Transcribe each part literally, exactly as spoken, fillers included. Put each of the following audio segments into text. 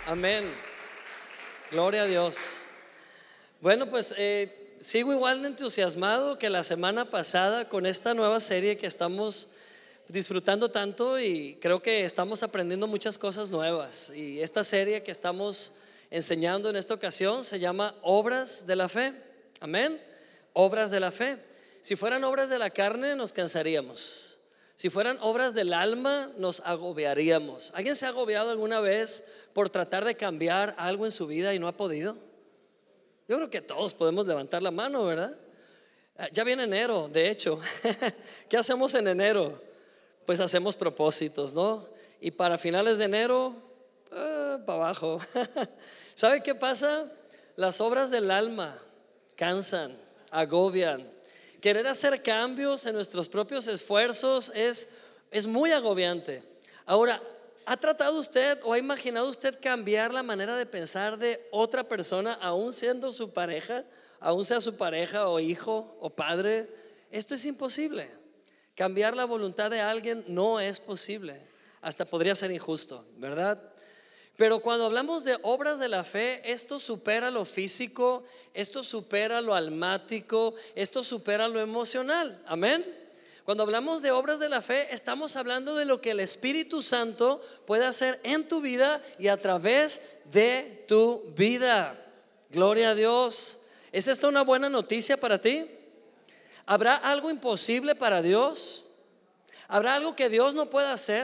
Amén. Gloria a Dios. Bueno, pues eh, sigo igual de entusiasmado que la semana pasada con esta nueva serie que estamos disfrutando tanto, y creo que estamos aprendiendo muchas cosas nuevas. Y esta serie que estamos enseñando en esta ocasión se llama Obras de la Fe. Amén. Obras de la fe. Si fueran obras de la carne nos cansaríamos. Si fueran obras del alma nos agobiaríamos. ¿Alguien se ha agobiado alguna vez por tratar de cambiar algo en su vida y no ha podido? Yo creo que todos podemos levantar la mano, ¿verdad? Ya viene enero, de hecho. ¿Qué hacemos en enero? Pues hacemos propósitos, ¿no? Y para finales de enero, eh, para abajo. ¿Sabe qué pasa? Las obras del alma cansan, agobian. Querer hacer cambios en nuestros propios esfuerzos es, es muy agobiante. Ahora, ¿ha tratado usted o ha imaginado usted cambiar la manera de pensar de otra persona, aún siendo su pareja, aún sea su pareja o hijo o padre? Esto es imposible. Cambiar la voluntad de alguien no es posible. Hasta podría ser injusto, ¿verdad? Pero cuando hablamos de obras de la fe, esto supera lo físico, esto supera lo almático, esto supera lo emocional. Amén. Cuando hablamos de obras de la fe, estamos hablando de lo que el Espíritu Santo puede hacer en tu vida y a través de tu vida. Gloria a Dios. ¿Es esta una buena noticia para ti? ¿Habrá algo imposible para Dios? ¿Habrá algo que Dios no pueda hacer?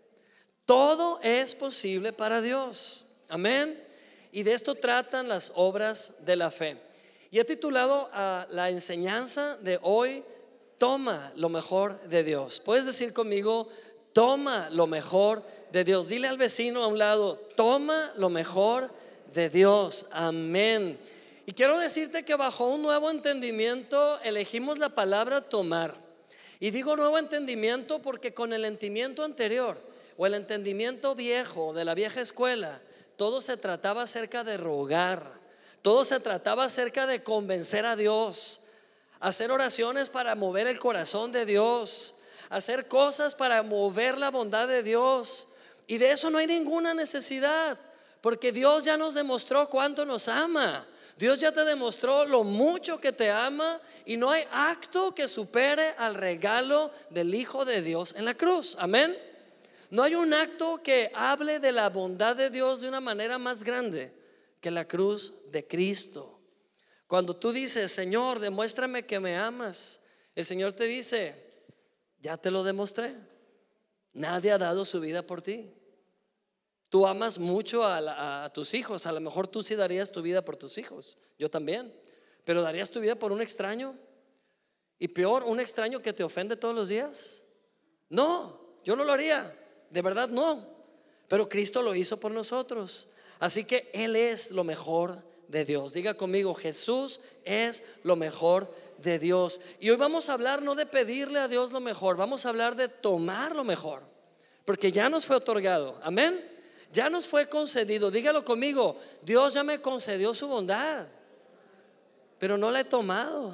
Todo es posible para Dios. Amén. Y de esto tratan las obras de la fe. Y he titulado a la enseñanza de hoy: toma lo mejor de Dios. Puedes decir conmigo: toma lo mejor de Dios. Dile al vecino a un lado: toma lo mejor de Dios. Amén. Y quiero decirte que bajo un nuevo entendimiento elegimos la palabra tomar. Y digo nuevo entendimiento porque con el entendimiento anterior o el entendimiento viejo de la vieja escuela, todo se trataba acerca de rogar, todo se trataba acerca de convencer a Dios, hacer oraciones para mover el corazón de Dios, hacer cosas para mover la bondad de Dios. Y de eso no hay ninguna necesidad, porque Dios ya nos demostró cuánto nos ama. Dios ya te demostró lo mucho que te ama, y no hay acto que supere al regalo del Hijo de Dios en la cruz. Amén. No hay un acto que hable de la bondad de Dios de una manera más grande que la cruz de Cristo. Cuando tú dices: Señor, demuéstrame que me amas, el Señor te dice: ya te lo demostré. Nadie ha dado su vida por ti. Tú amas mucho a, la, a tus hijos. A lo mejor tú sí darías tu vida por tus hijos. Yo también. Pero ¿darías tu vida por un extraño? Y peor, un extraño que te ofende todos los días. No, yo no lo haría. De verdad no. Pero Cristo lo hizo por nosotros. Así que Él es lo mejor de Dios. Diga conmigo: Jesús es lo mejor de Dios. Y hoy vamos a hablar no de pedirle a Dios lo mejor, vamos a hablar de tomar lo mejor, porque ya nos fue otorgado. Amén. Ya nos fue concedido. Dígalo conmigo: Dios ya me concedió su bondad, pero no la he tomado.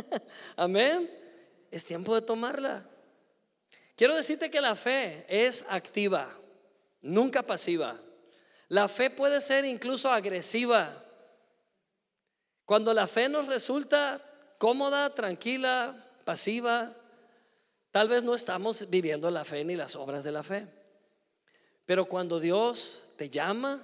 Amén. Es tiempo de tomarla. Quiero decirte que la fe es activa, nunca pasiva. La fe puede ser incluso agresiva. Cuando la fe nos resulta cómoda, tranquila, pasiva, tal vez no estamos viviendo la fe ni las obras de la fe. Pero cuando Dios te llama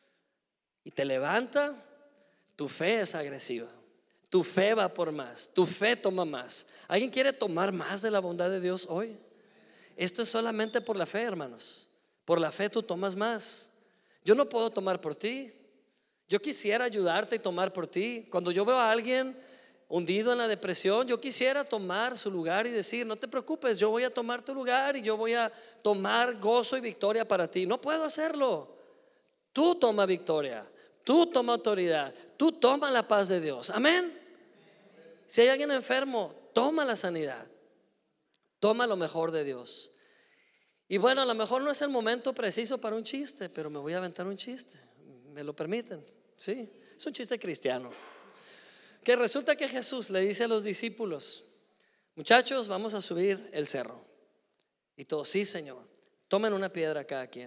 y te levanta, tu fe es agresiva. Tu fe va por más, tu fe toma más. ¿Alguien quiere tomar más de la bondad de Dios hoy? Esto es solamente por la fe, hermanos. Por la fe tú tomas más. Yo no puedo tomar por ti. Yo quisiera ayudarte y tomar por ti. Cuando yo veo a alguien hundido en la depresión, yo quisiera tomar su lugar y decir: no te preocupes, yo voy a tomar tu lugar y yo voy a tomar gozo y victoria para ti. No puedo hacerlo. Tú toma victoria, tú toma autoridad, tú toma la paz de Dios. Amén. Si hay alguien enfermo, toma la sanidad, toma lo mejor de Dios. Y bueno, a lo mejor no es el momento preciso para un chiste, pero me voy a aventar un chiste. ¿Me lo permiten? Sí, es un chiste cristiano. Que resulta que Jesús le dice a los discípulos: muchachos, vamos a subir el cerro. Y todos: sí, Señor. Tomen una piedra cada quien.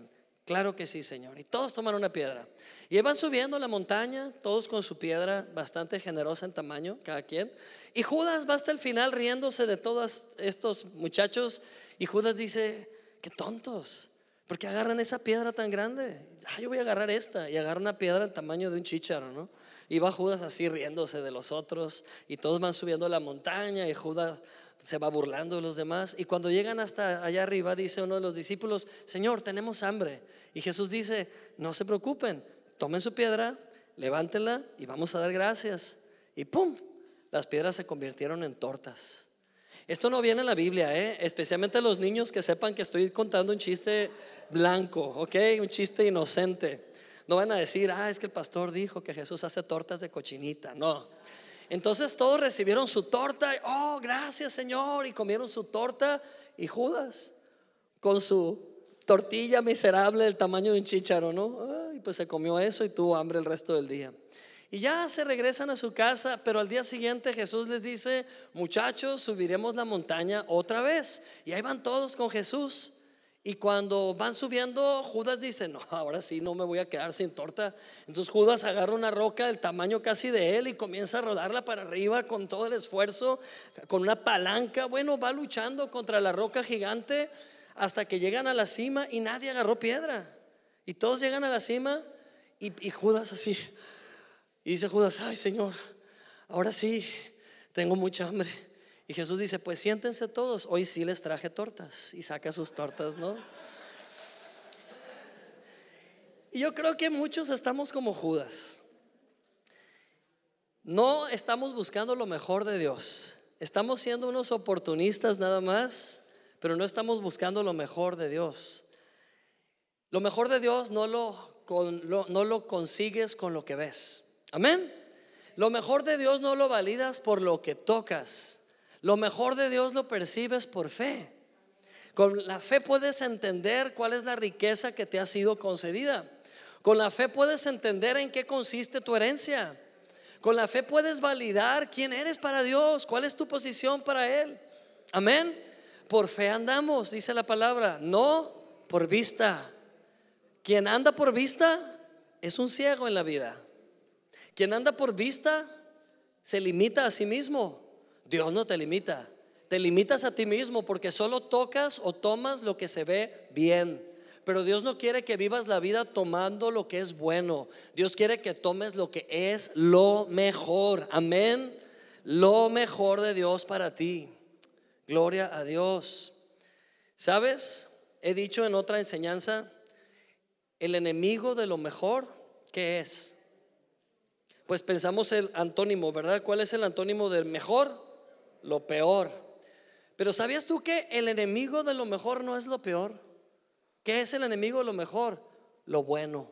Claro que sí, Señor. Y todos toman una piedra y van subiendo la montaña, todos con su piedra bastante generosa en tamaño, cada quien. Y Judas va hasta el final riéndose de todos estos muchachos. Y Judas dice: qué tontos, porque agarran esa piedra tan grande. Ah, yo voy a agarrar esta. Y agarra una piedra del tamaño de un chícharo, ¿no? Y va Judas así riéndose de los otros. Y todos van subiendo la montaña y Judas se va burlando de los demás. Y cuando llegan hasta allá arriba, dice uno de los discípulos: Señor, tenemos hambre. Y Jesús dice: no se preocupen, tomen su piedra, levántenla y vamos a dar gracias. Y pum, las piedras se convirtieron en tortas. Esto no viene en la Biblia, ¿eh? Especialmente los niños, que sepan que estoy contando un chiste blanco, ¿ok? Un chiste inocente. No van a decir: ah, es que el pastor dijo que Jesús hace tortas de cochinita. No. Entonces todos recibieron su torta. Oh, gracias, Señor. Y comieron su torta. Y Judas, con su tortilla miserable del tamaño de un chícharo, ¿no? Ay, pues se comió eso y tuvo hambre el resto del día. Y ya se regresan a su casa. Pero al día siguiente Jesús les dice: muchachos, subiremos la montaña otra vez. Y ahí van todos con Jesús. Y cuando van subiendo, Judas dice: no, ahora sí no me voy a quedar sin torta. Entonces Judas agarra una roca del tamaño casi de él y comienza a rodarla para arriba con todo el esfuerzo, con una palanca. Bueno, va luchando contra la roca gigante hasta que llegan a la cima y nadie agarró piedra. Y todos llegan a la cima y, y Judas así. Y dice Judas: ay, Señor, ahora sí tengo mucha hambre. Y Jesús dice: pues siéntense todos, hoy sí les traje tortas. Y saca sus tortas, ¿no? Y yo creo que muchos estamos como Judas. No estamos buscando lo mejor de Dios. Estamos siendo unos oportunistas nada más, pero no estamos buscando lo mejor de Dios. Lo mejor de Dios no lo, con, lo, no lo consigues con lo que ves. Amén. Lo mejor de Dios no lo validas por lo que tocas. Lo mejor de Dios lo percibes por fe. Con la fe puedes entender cuál es la riqueza que te ha sido concedida. Con la fe puedes entender en qué consiste tu herencia. Con la fe puedes validar quién eres para Dios, cuál es tu posición para Él. Amén. Por fe andamos, dice la palabra, no por vista. Quien anda por vista es un ciego en la vida. Quien anda por vista se limita a sí mismo. Dios no te limita, te limitas a ti mismo porque solo tocas o tomas lo que se ve bien. Pero Dios no quiere que vivas la vida tomando lo que es bueno. Dios quiere que tomes lo que es lo mejor. Amén. Lo mejor de Dios para ti. Gloria a Dios. ¿Sabes? He dicho en otra enseñanza, el enemigo de lo mejor, ¿qué es? Pues pensamos el antónimo, ¿verdad? ¿Cuál es el antónimo del mejor? Lo peor. Pero ¿sabías tú que el enemigo de lo mejor no es lo peor? ¿Qué es el enemigo de lo mejor? Lo bueno.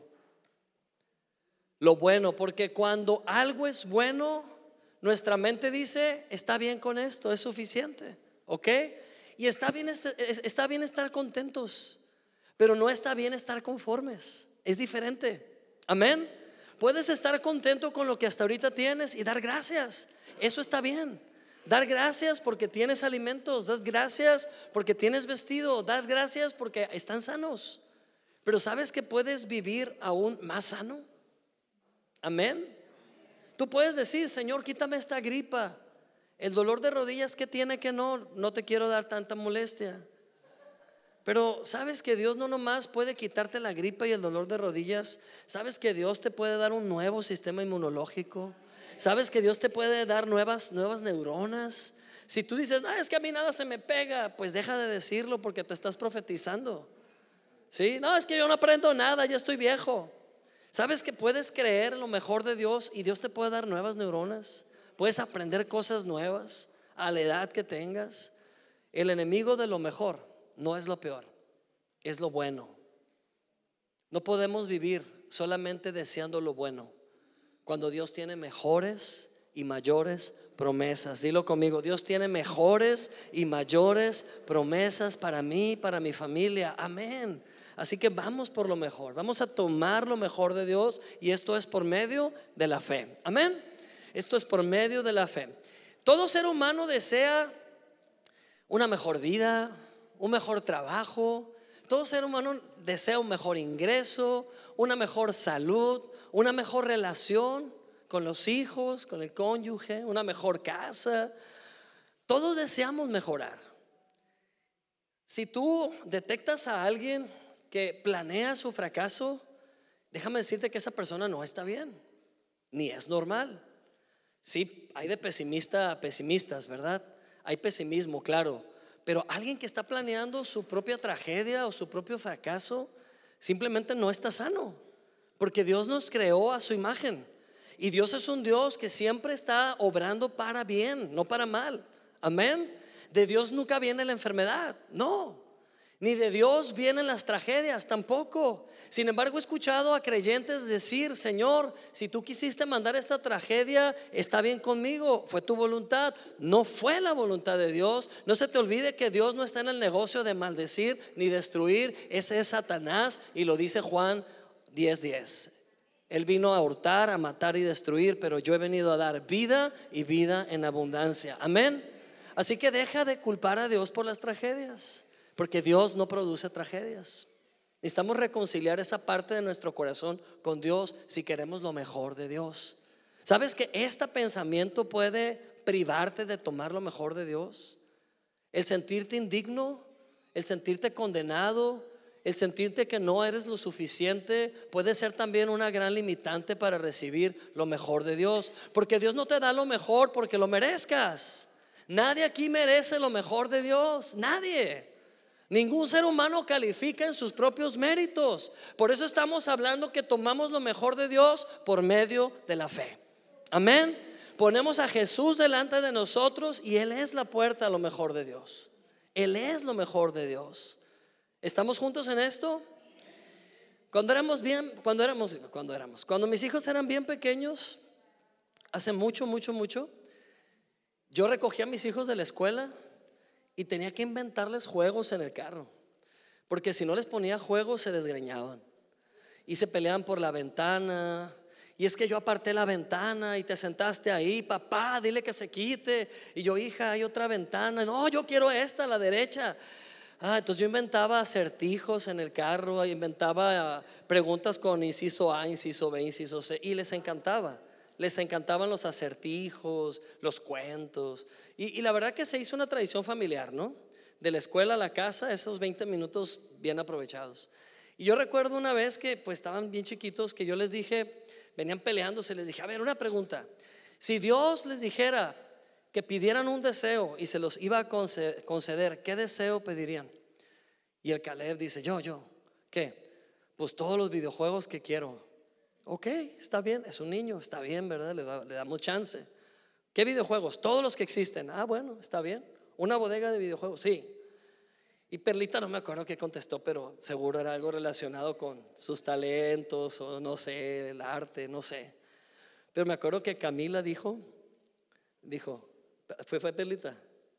Lo bueno, porque cuando algo es bueno, nuestra mente dice: está bien con esto, es suficiente, ¿ok? Y está bien, está bien estar contentos, pero no está bien estar conformes. Es diferente. Amén. Puedes estar contento con lo que hasta ahorita tienes y dar gracias. Eso está bien. Dar gracias porque tienes alimentos, das gracias porque tienes vestido, das gracias porque están sanos. Pero ¿sabes que puedes vivir aún más sano? Amén. Tú puedes decir: Señor, quítame esta gripa, el dolor de rodillas que tiene que no, no te quiero dar tanta molestia. Pero ¿sabes que Dios no nomás puede quitarte la gripa y el dolor de rodillas? ¿Sabes que Dios te puede dar un nuevo sistema inmunológico? ¿Sabes que Dios te puede dar nuevas, nuevas neuronas? Si tú dices: no, es que a mí nada se me pega, pues deja de decirlo porque te estás profetizando. ¿Sí? No, es que yo no aprendo nada, ya estoy viejo. ¿Sabes que puedes creer en lo mejor de Dios y Dios te puede dar nuevas neuronas? Puedes aprender cosas nuevas a la edad que tengas. El enemigo de lo mejor no es lo peor, es lo bueno. No podemos vivir solamente deseando lo bueno cuando Dios tiene mejores y mayores promesas. Dilo conmigo: Dios tiene mejores y mayores promesas para mí, para mi familia. Amén. Así que vamos por lo mejor, vamos a tomar lo mejor de Dios, y esto es por medio de la fe. Amén. Esto es por medio de la fe. Todo ser humano desea una mejor vida, un mejor trabajo. todo ser humano desea un mejor ingreso, una mejor salud, una mejor relación con los hijos, con el cónyuge, una mejor casa. Todos deseamos mejorar. Si tú detectas a alguien que planea su fracaso, déjame decirte que esa persona no está bien, ni es normal. Sí, hay de pesimista a pesimistas, ¿verdad? Hay pesimismo, claro, pero alguien que está planeando su propia tragedia o su propio fracaso simplemente no está sano, porque Dios nos creó a su imagen y Dios es un Dios que siempre está obrando para bien, no para mal. Amén. De Dios nunca viene la enfermedad, no. Ni de Dios vienen las tragedias, tampoco. Sin embargo, he escuchado a creyentes decir: Señor, si tú quisiste mandar esta tragedia, está bien conmigo, fue tu voluntad. No fue la voluntad de Dios. No se te olvide que Dios no está en el negocio de maldecir ni destruir. Ese es Satanás, y lo dice Juan diez diez. Él vino a hurtar, a matar y destruir, pero yo he venido a dar vida y vida en abundancia. Amén. Así que deja de culpar a Dios por las tragedias, porque Dios no produce tragedias. Necesitamos reconciliar esa parte de nuestro corazón con Dios si queremos lo mejor de Dios. ¿Sabes que este pensamiento puede privarte de tomar lo mejor de Dios? El sentirte indigno, el sentirte condenado, el sentirte que no eres lo suficiente puede ser también una gran limitante para recibir lo mejor de Dios, porque Dios no te da lo mejor porque lo merezcas. Nadie aquí merece lo mejor de Dios, nadie. Ningún ser humano califica en sus propios méritos. Por eso estamos hablando que tomamos lo mejor de Dios por medio de la fe. Amén. Ponemos a Jesús delante de nosotros y Él es la puerta a lo mejor de Dios. Él es lo mejor de Dios. ¿Estamos juntos en esto? Cuando éramos bien, cuando éramos, cuando éramos, cuando mis hijos eran bien pequeños, hace mucho, mucho, mucho, yo recogía a mis hijos de la escuela y tenía que inventarles juegos en el carro, porque si no les ponía juegos se desgreñaban y se peleaban por la ventana. Y es que yo aparté la ventana y te sentaste ahí, papá, dile que se quite. Y yo: hija, hay otra ventana. No, yo quiero esta, la derecha. Ah, entonces yo inventaba acertijos en el carro, inventaba preguntas con inciso A, inciso B, inciso C, y les encantaba. Les encantaban los acertijos, los cuentos. Y, y la verdad que se hizo una tradición familiar, ¿no? De la escuela a la casa, esos veinte minutos bien aprovechados. Y yo recuerdo una vez que pues estaban bien chiquitos, que yo les dije, venían peleándose, les dije: a ver, una pregunta. Si Dios les dijera que pidieran un deseo y se los iba a conceder, ¿qué deseo pedirían? Y el Caleb dice: yo, yo, ¿qué? Pues todos los videojuegos que quiero. Ok, está bien, es un niño, está bien, ¿verdad? Le, da, le damos chance. ¿Qué videojuegos? Todos los que existen. Ah, bueno, está bien. Una bodega de videojuegos, sí. Y Perlita no me acuerdo qué contestó, pero seguro era algo relacionado con sus talentos o no sé, el arte, no sé. Pero me acuerdo que Camila dijo, dijo, ¿fue, fue Perlita?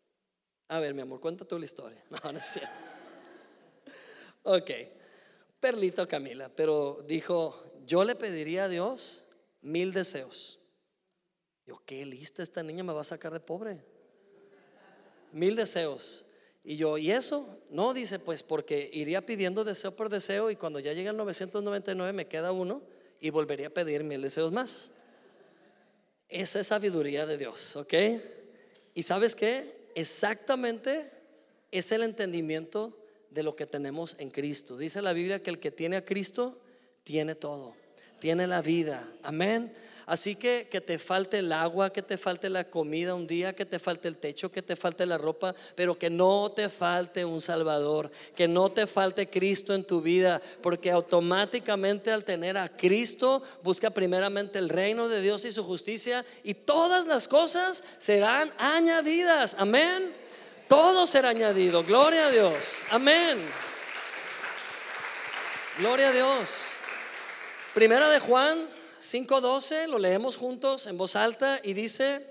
A ver, mi amor, cuenta tú la historia. No, no sé. Ok, Perlita o Camila, pero dijo: yo le pediría a Dios mil deseos. Yo: qué lista esta niña, me va a sacar de pobre. Mil deseos. Y yo: ¿y eso? No, dice, pues porque iría pidiendo deseo por deseo y cuando ya llegue al novecientos noventa y nueve me queda uno y volvería a pedir mil deseos más. Esa es sabiduría de Dios, ¿ok? Y ¿sabes qué? Exactamente es el entendimiento de lo que tenemos en Cristo. Dice la Biblia que el que tiene a Cristo tiene todo, tiene la vida. Amén. Así que que te falte el agua, que te falte la comida un día, que te falte el techo, que te falte la ropa, pero que no te falte un Salvador, que no te falte Cristo en tu vida, porque automáticamente al tener a Cristo, busca primeramente el reino de Dios y su justicia y todas las cosas serán añadidas. Amén. Todo será añadido. Gloria a Dios. Amén. Gloria a Dios. Primera de Juan cinco doce, lo leemos juntos en voz alta y dice,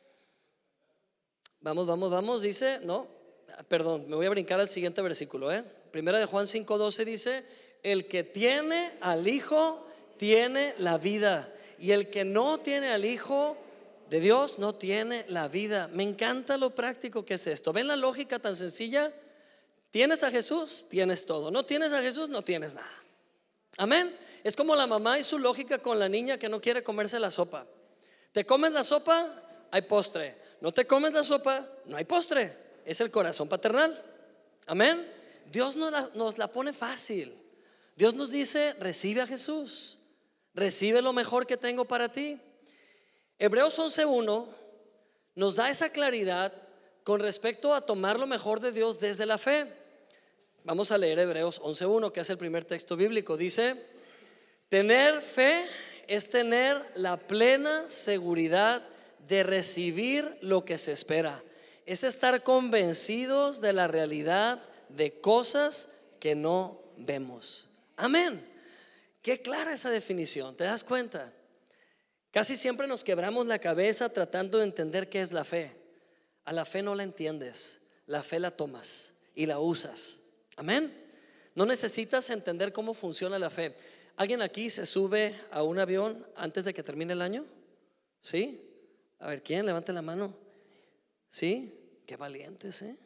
vamos, vamos, vamos, dice, no, perdón, me voy a brincar al siguiente versículo, ¿eh? Primera de Juan cinco doce dice: el que tiene al Hijo tiene la vida, y el que no tiene al Hijo de Dios no tiene la vida. Me encanta lo práctico que es esto. ¿Ven la lógica tan sencilla? ¿Tienes a Jesús? Tienes todo. ¿No tienes a Jesús? No tienes nada. Amén. Es como la mamá y su lógica con la niña que no quiere comerse la sopa. ¿Te comes la sopa? Hay postre. ¿No te comes la sopa? No hay postre. Es el corazón paternal. Amén. Dios nos la, nos la pone fácil. Dios nos dice: recibe a Jesús, recibe lo mejor que tengo para ti. Hebreos once uno nos da esa claridad con respecto a tomar lo mejor de Dios desde la fe. Vamos a leer Hebreos once uno, que es el primer texto bíblico. Dice: tener fe es tener la plena seguridad de recibir lo que se espera. Es estar convencidos de la realidad de cosas que no vemos. Amén. Qué clara esa definición, ¿te das cuenta? Casi siempre nos quebramos la cabeza tratando de entender qué es la fe. A la fe no la entiendes, la fe la tomas y la usas. Amén. No necesitas entender cómo funciona la fe. ¿Alguien aquí se sube a un avión antes de que termine el año? ¿Sí? A ver, ¿quién? Levante la mano. ¿Sí? Qué valientes, ¿eh?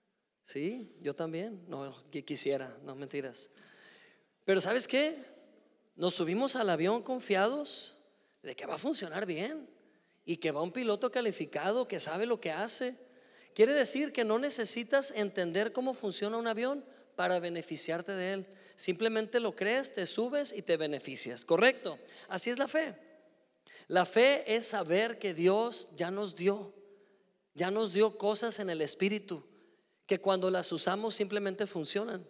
Sí, yo también. No, quisiera, no mentiras. Pero ¿sabes qué? Nos subimos al avión confiados de que va a funcionar bien y que va un piloto calificado que sabe lo que hace. Quiere decir que no necesitas entender cómo funciona un avión para beneficiarte de él. Simplemente lo crees, te subes y te beneficias. ¿Correcto? Así es la fe. La fe es saber que Dios ya nos dio, ya nos dio cosas en el Espíritu que cuando las usamos simplemente funcionan.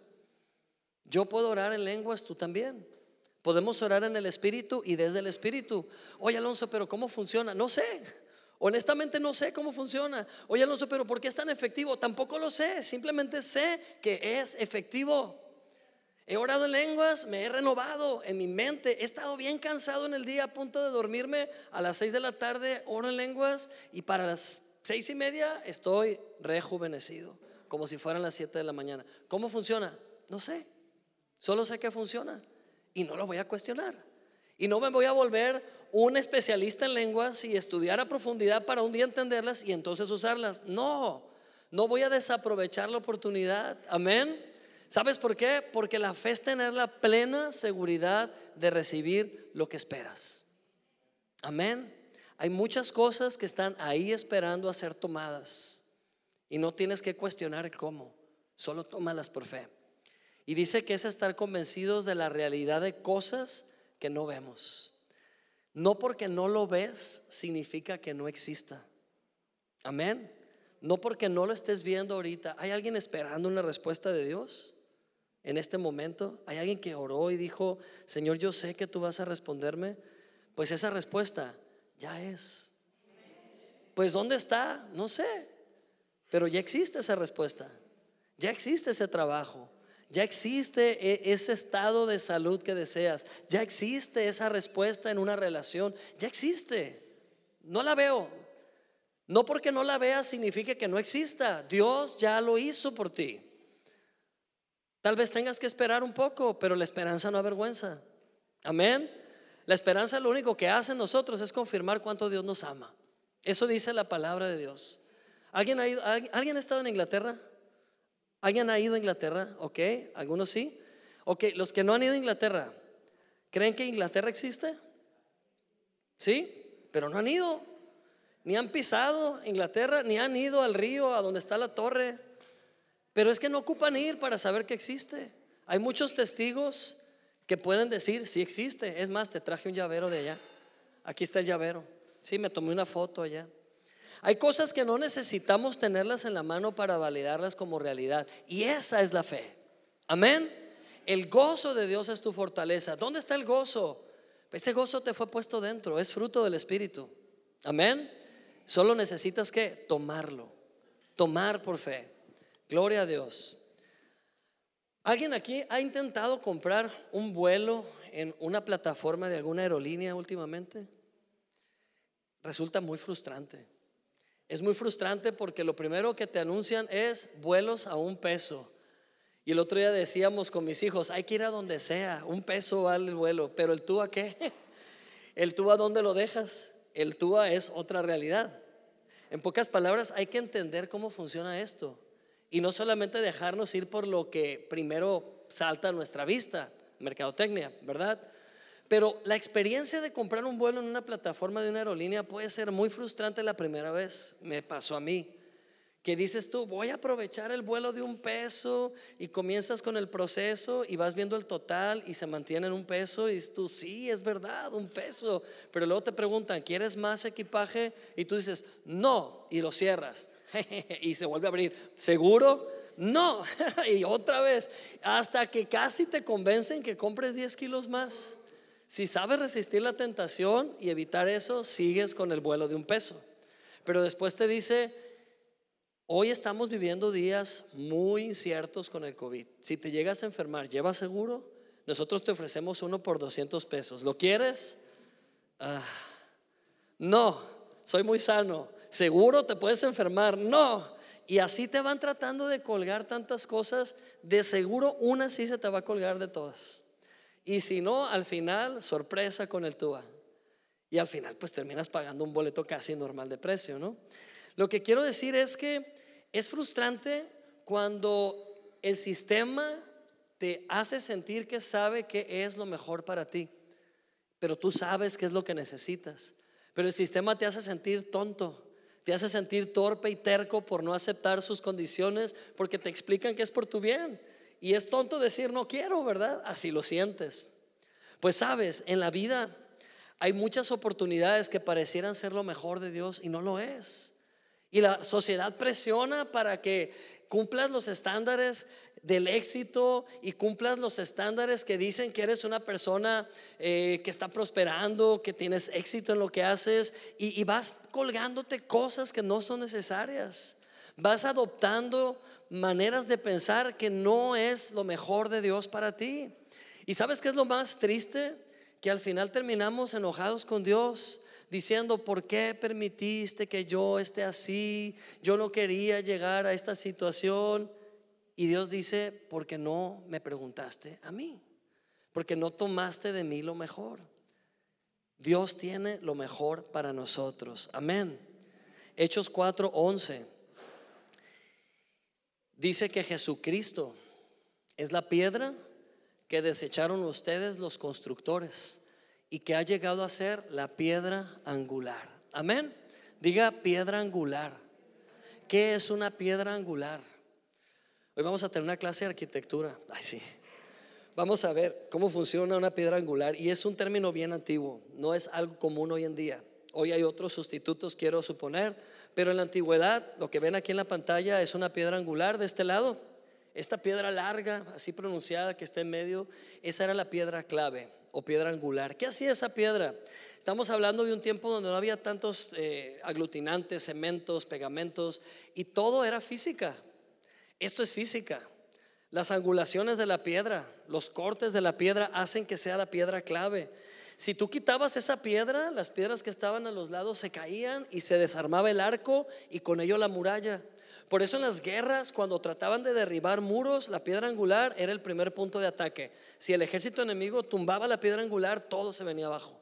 Yo puedo orar en lenguas, tú también. Podemos orar en el Espíritu y desde el Espíritu. Oye, Alonso, pero ¿cómo funciona? No sé, honestamente no sé cómo funciona. Oye, Alonso, pero ¿por qué es tan efectivo? Tampoco lo sé, simplemente sé que es efectivo. He orado en lenguas, me he renovado en mi mente. He estado bien cansado en el día, a punto de dormirme. A las seis de la tarde oro en lenguas y para las seis y media estoy rejuvenecido, como si fueran las siete de la mañana. ¿Cómo funciona? No sé, solo sé que funciona y no lo voy a cuestionar. Y no me voy a volver un especialista en lenguas y estudiar a profundidad para un día entenderlas y entonces usarlas. No, no voy a desaprovechar la oportunidad. Amén. ¿Sabes por qué? Porque la fe es tener la plena seguridad de recibir lo que esperas. Amén. Hay muchas cosas que están ahí esperando a ser tomadas y no tienes que cuestionar el cómo, solo tómalas por fe. Y dice que es estar convencidos de la realidad de cosas que no vemos. No porque no lo ves significa que no exista. Amén. No porque no lo estés viendo ahorita. ¿Hay alguien esperando una respuesta de Dios en este momento? ¿Hay alguien que oró y dijo: Señor, yo sé que tú vas a responderme? Pues esa respuesta ya es. Pues ¿dónde está? No sé, pero ya existe esa respuesta. Ya existe ese trabajo. Ya existe ese estado de salud que deseas. Ya existe esa respuesta en una relación. Ya existe. No la veo. No porque no la veas significa que no exista. Dios ya lo hizo por ti. Tal vez tengas que esperar un poco, pero la esperanza no avergüenza. Amén. La esperanza lo único que hace en nosotros es confirmar cuánto Dios nos ama. Eso dice la palabra de Dios. ¿Alguien ha ido, ¿alguien ha estado en Inglaterra? ¿Alguien ha ido a Inglaterra? Ok, algunos sí. Ok, los que no han ido a Inglaterra, ¿creen que Inglaterra existe? Sí, pero no han ido. Ni han pisado Inglaterra, ni han ido al río a donde está la torre. Pero es que no ocupan ir para saber que existe. Hay muchos testigos que pueden decir si existe. Es más, te traje un llavero de allá. Aquí está el llavero. Sí, me tomé una foto allá. Hay cosas que no necesitamos tenerlas en la mano para validarlas como realidad. Y esa es la fe. Amén. El gozo de Dios es tu fortaleza. ¿Dónde está el gozo? Ese gozo te fue puesto dentro. Es fruto del Espíritu. Amén. Solo necesitas que tomarlo. Tomar por fe. Gloria a Dios. ¿Alguien aquí ha intentado comprar un vuelo en una plataforma de alguna aerolínea últimamente? Resulta muy frustrante. Es muy frustrante porque lo primero que te anuncian es vuelos a un peso. Y el otro día decíamos con mis hijos: hay que ir a donde sea, un peso vale el vuelo. Pero el tú a qué? El tú a dónde lo dejas. El tú a es otra realidad. En pocas palabras, hay que entender cómo funciona esto. y no solamente dejarnos ir por lo que primero salta a nuestra vista, mercadotecnia, ¿verdad? Pero la experiencia de comprar un vuelo en una plataforma de una aerolínea puede ser muy frustrante la primera vez. Me pasó a mí, que dices tú, voy a aprovechar el vuelo de un peso, y comienzas con el proceso y vas viendo el total y se mantiene en un peso, y dices tú, sí, es verdad, un peso. Pero luego te preguntan, ¿quieres más equipaje? Y tú dices, no, y lo cierras y se vuelve a abrir. ¿Seguro? No. Y otra vez, hasta que casi te convencen que compres diez kilos más. Si sabes resistir la tentación y evitar eso, sigues con el vuelo de un peso. Pero después te dice, hoy estamos viviendo días muy inciertos con el COVID. Si te llegas a enfermar, ¿llevas seguro? Nosotros te ofrecemos uno por doscientos pesos. ¿Lo quieres? Ah, no, soy muy sano. ¿Seguro te puedes enfermar? No. Y así te van tratando de colgar tantas cosas. De seguro una sí se te va a colgar de todas. Y si no, al final, sorpresa con el T U A. Y al final pues terminas pagando un boleto casi normal de precio, ¿no? Lo que quiero decir es que es frustrante cuando el sistema te hace sentir que sabe qué es lo mejor para ti, pero tú sabes qué es lo que necesitas. Pero el sistema te hace sentir tonto, te hace sentir torpe y terco por no aceptar sus condiciones, porque te explican que es por tu bien. Y es tonto decir no quiero, ¿verdad? Así lo sientes. Pues sabes, en la vida hay muchas oportunidades que parecieran ser lo mejor de Dios y no lo es. Y la sociedad presiona para que cumplas los estándares del éxito y cumplas los estándares que dicen que eres una persona eh, que está prosperando, que tienes éxito en lo que haces, y, y vas colgándote cosas que no son necesarias. Vas adoptando maneras de pensar que no es lo mejor de Dios para ti. ¿Y sabes qué es lo más triste? Que al final terminamos enojados con Dios, diciendo, ¿por qué permitiste que yo esté así? Yo no quería llegar a esta situación. Y Dios dice, porque no me preguntaste a mí, porque no tomaste de mí lo mejor. Dios tiene lo mejor para nosotros. Amén. Hechos cuatro once dice que Jesucristo es la piedra que desecharon ustedes los constructores y que ha llegado a ser la piedra angular. Amén. Diga piedra angular. ¿Qué es una piedra angular? Hoy vamos a tener una clase de arquitectura. Ay, sí. Vamos a ver cómo funciona una piedra angular, y es un término bien antiguo, no es algo común hoy en día. Hoy hay otros sustitutos, quiero suponer, pero en la antigüedad lo que ven aquí en la pantalla es una piedra angular de este lado. Esta piedra larga, así pronunciada, que está en medio, esa era la piedra clave o piedra angular. ¿Qué hacía esa piedra? Estamos hablando de un tiempo donde no había tantos eh, aglutinantes, cementos, pegamentos, y todo era física. Esto es física. Las angulaciones de la piedra, los cortes de la piedra hacen que sea la piedra clave. Si tú quitabas esa piedra, las piedras que estaban a los lados se caían y se desarmaba el arco y con ello la muralla. Por eso en las guerras, cuando trataban de derribar muros, la piedra angular era el primer punto de ataque. Si el ejército enemigo tumbaba la piedra angular, todo se venía abajo.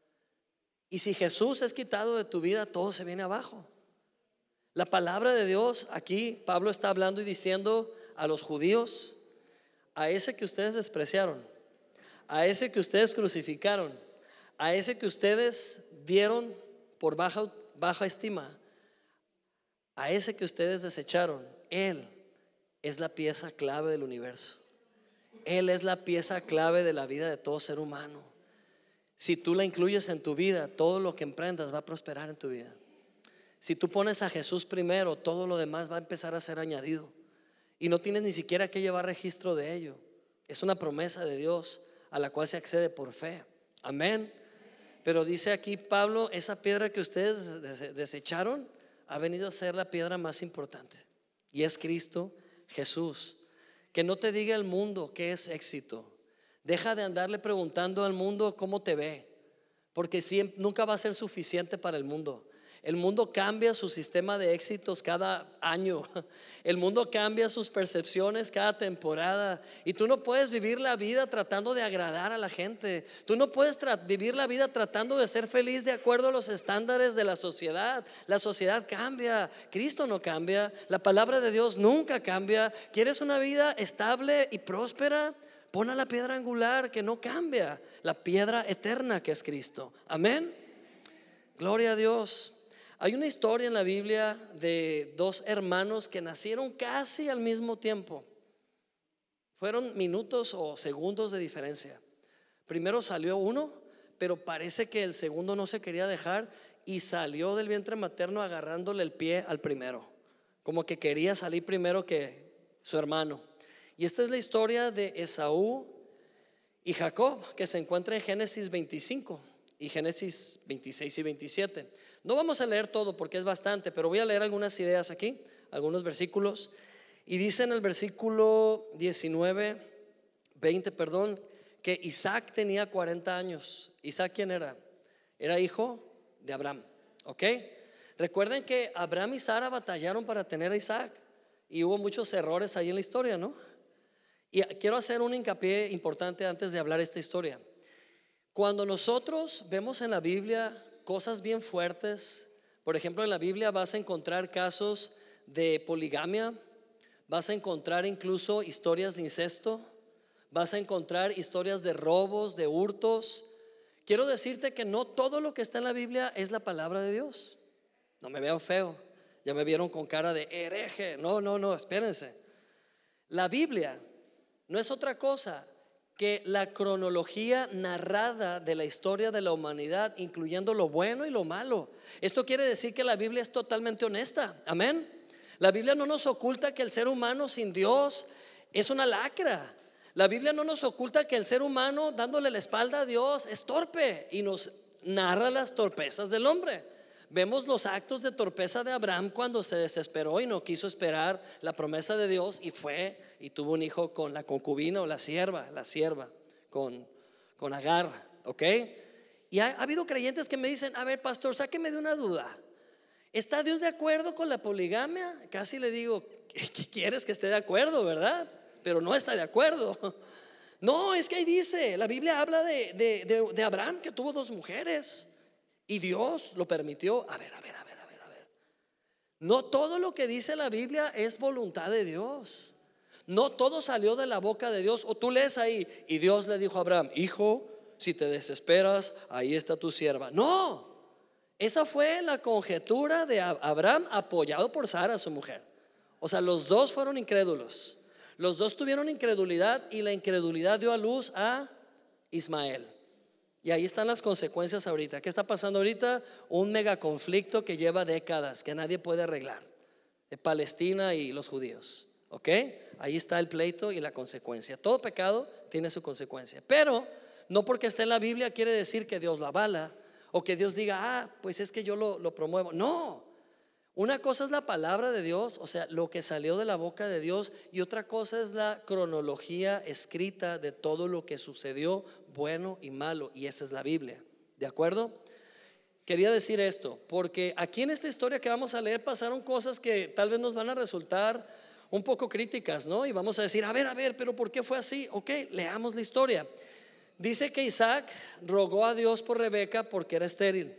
Y si Jesús es quitado de tu vida, todo se viene abajo. La palabra de Dios, aquí Pablo está hablando y diciendo a los judíos, a ese que ustedes despreciaron, a ese que ustedes crucificaron, a ese que ustedes dieron por baja, baja estima, a ese que ustedes desecharon, Él es la pieza clave del universo. Él es la pieza clave de la vida de todo ser humano. Si tú la incluyes en tu vida, todo lo que emprendas va a prosperar en tu vida. Si tú pones a Jesús primero, todo lo demás va a empezar a ser añadido. Y no tienes ni siquiera que llevar registro de ello. Es una promesa de Dios a la cual se accede por fe. Amén. Pero dice aquí Pablo, esa piedra que ustedes desecharon ha venido a ser la piedra más importante, y es Cristo Jesús. Que no te diga el mundo qué es éxito. Deja de andarle preguntando al mundo cómo te ve, porque siempre, nunca va a ser suficiente para el mundo. El mundo cambia su sistema de éxitos cada año. El mundo cambia sus percepciones cada temporada. Y tú no puedes vivir la vida tratando de agradar a la gente. Tú no puedes tra- vivir la vida tratando de ser feliz de acuerdo a los estándares de la sociedad. La sociedad cambia. Cristo no cambia. La palabra de Dios nunca cambia. ¿Quieres una vida estable y próspera? Pon a la piedra angular que no cambia, la piedra eterna que es Cristo. Amén. Gloria a Dios. Hay una historia en la Biblia de dos hermanos que nacieron casi al mismo tiempo. Fueron minutos o segundos de diferencia. Primero salió uno, pero parece que el segundo no se quería dejar y salió del vientre materno agarrándole el pie al primero, como que quería salir primero que su hermano. Y esta es la historia de Esaú y Jacob, que se encuentra en Génesis veinticinco y Génesis veintiséis y veintisiete. No vamos a leer todo porque es bastante, pero voy a leer algunas ideas aquí, algunos versículos. Y dice en el versículo diecinueve, veinte, perdón, que Isaac tenía cuarenta años. ¿Isaac quién era? Era hijo de Abraham, ¿ok? Recuerden que Abraham y Sara batallaron para tener a Isaac y hubo muchos errores ahí en la historia, ¿no? Y quiero hacer un hincapié importante antes de hablar esta historia. Cuando nosotros vemos en la Biblia cosas bien fuertes, por ejemplo, en la Biblia vas a encontrar casos de poligamia, vas a encontrar incluso historias de incesto, vas a encontrar historias de robos, de hurtos. Quiero decirte que no todo lo que está en la Biblia es la palabra de Dios. No me vean feo, ya me vieron con cara de hereje. No, no, no, espérense. La Biblia no es otra cosa que la cronología narrada de la historia de la humanidad, incluyendo lo bueno y lo malo. Esto quiere decir que la Biblia es totalmente honesta. Amén. La Biblia no nos oculta que el ser humano sin Dios es una lacra. La Biblia no nos oculta que el ser humano dándole la espalda a Dios es torpe y nos narra las torpezas del hombre. Vemos los actos de torpeza de Abraham cuando se desesperó y no quiso esperar la promesa de Dios y fue y tuvo un hijo con la concubina o la sierva, la sierva con, con Agar, ¿ok? Y ha, ha habido creyentes que me dicen, a ver, pastor, sáqueme de una duda. ¿Está Dios de acuerdo con la poligamia? Casi le digo, ¿qué quieres que esté de acuerdo, verdad? Pero no está de acuerdo. No, es que ahí dice, la Biblia habla de, de, de, de Abraham que tuvo dos mujeres y Dios lo permitió. A ver, a ver, a ver, a ver, a ver. No todo lo que dice la Biblia es voluntad de Dios. No todo salió de la boca de Dios. O tú lees ahí y Dios le dijo a Abraham, hijo, si te desesperas, ahí está tu sierva. No, esa fue la conjetura de Abraham apoyado por Sara, su mujer. O sea, los dos fueron incrédulos. Los dos tuvieron incredulidad y la incredulidad dio a luz a Ismael. Y ahí están las consecuencias ahorita. ¿Qué está pasando ahorita? Un mega conflicto que lleva décadas, que nadie puede arreglar, de Palestina y los judíos. ¿Ok? Ahí está el pleito y la consecuencia. Todo pecado tiene su consecuencia. Pero no porque esté en la Biblia quiere decir que Dios lo avala o que Dios diga, ah, pues es que yo lo, lo promuevo. No. Una cosa es la palabra de Dios, o sea, lo que salió de la boca de Dios, y otra cosa es la cronología escrita de todo lo que sucedió, bueno y malo, y esa es la Biblia. ¿De acuerdo? Quería decir esto porque aquí en esta historia que vamos a leer pasaron cosas que tal vez nos van a resultar un poco críticas, ¿no? Y vamos a decir, a ver, a ver, pero ¿por qué fue así? Ok, leamos la historia. Dice que Isaac rogó a Dios por Rebeca porque era estéril.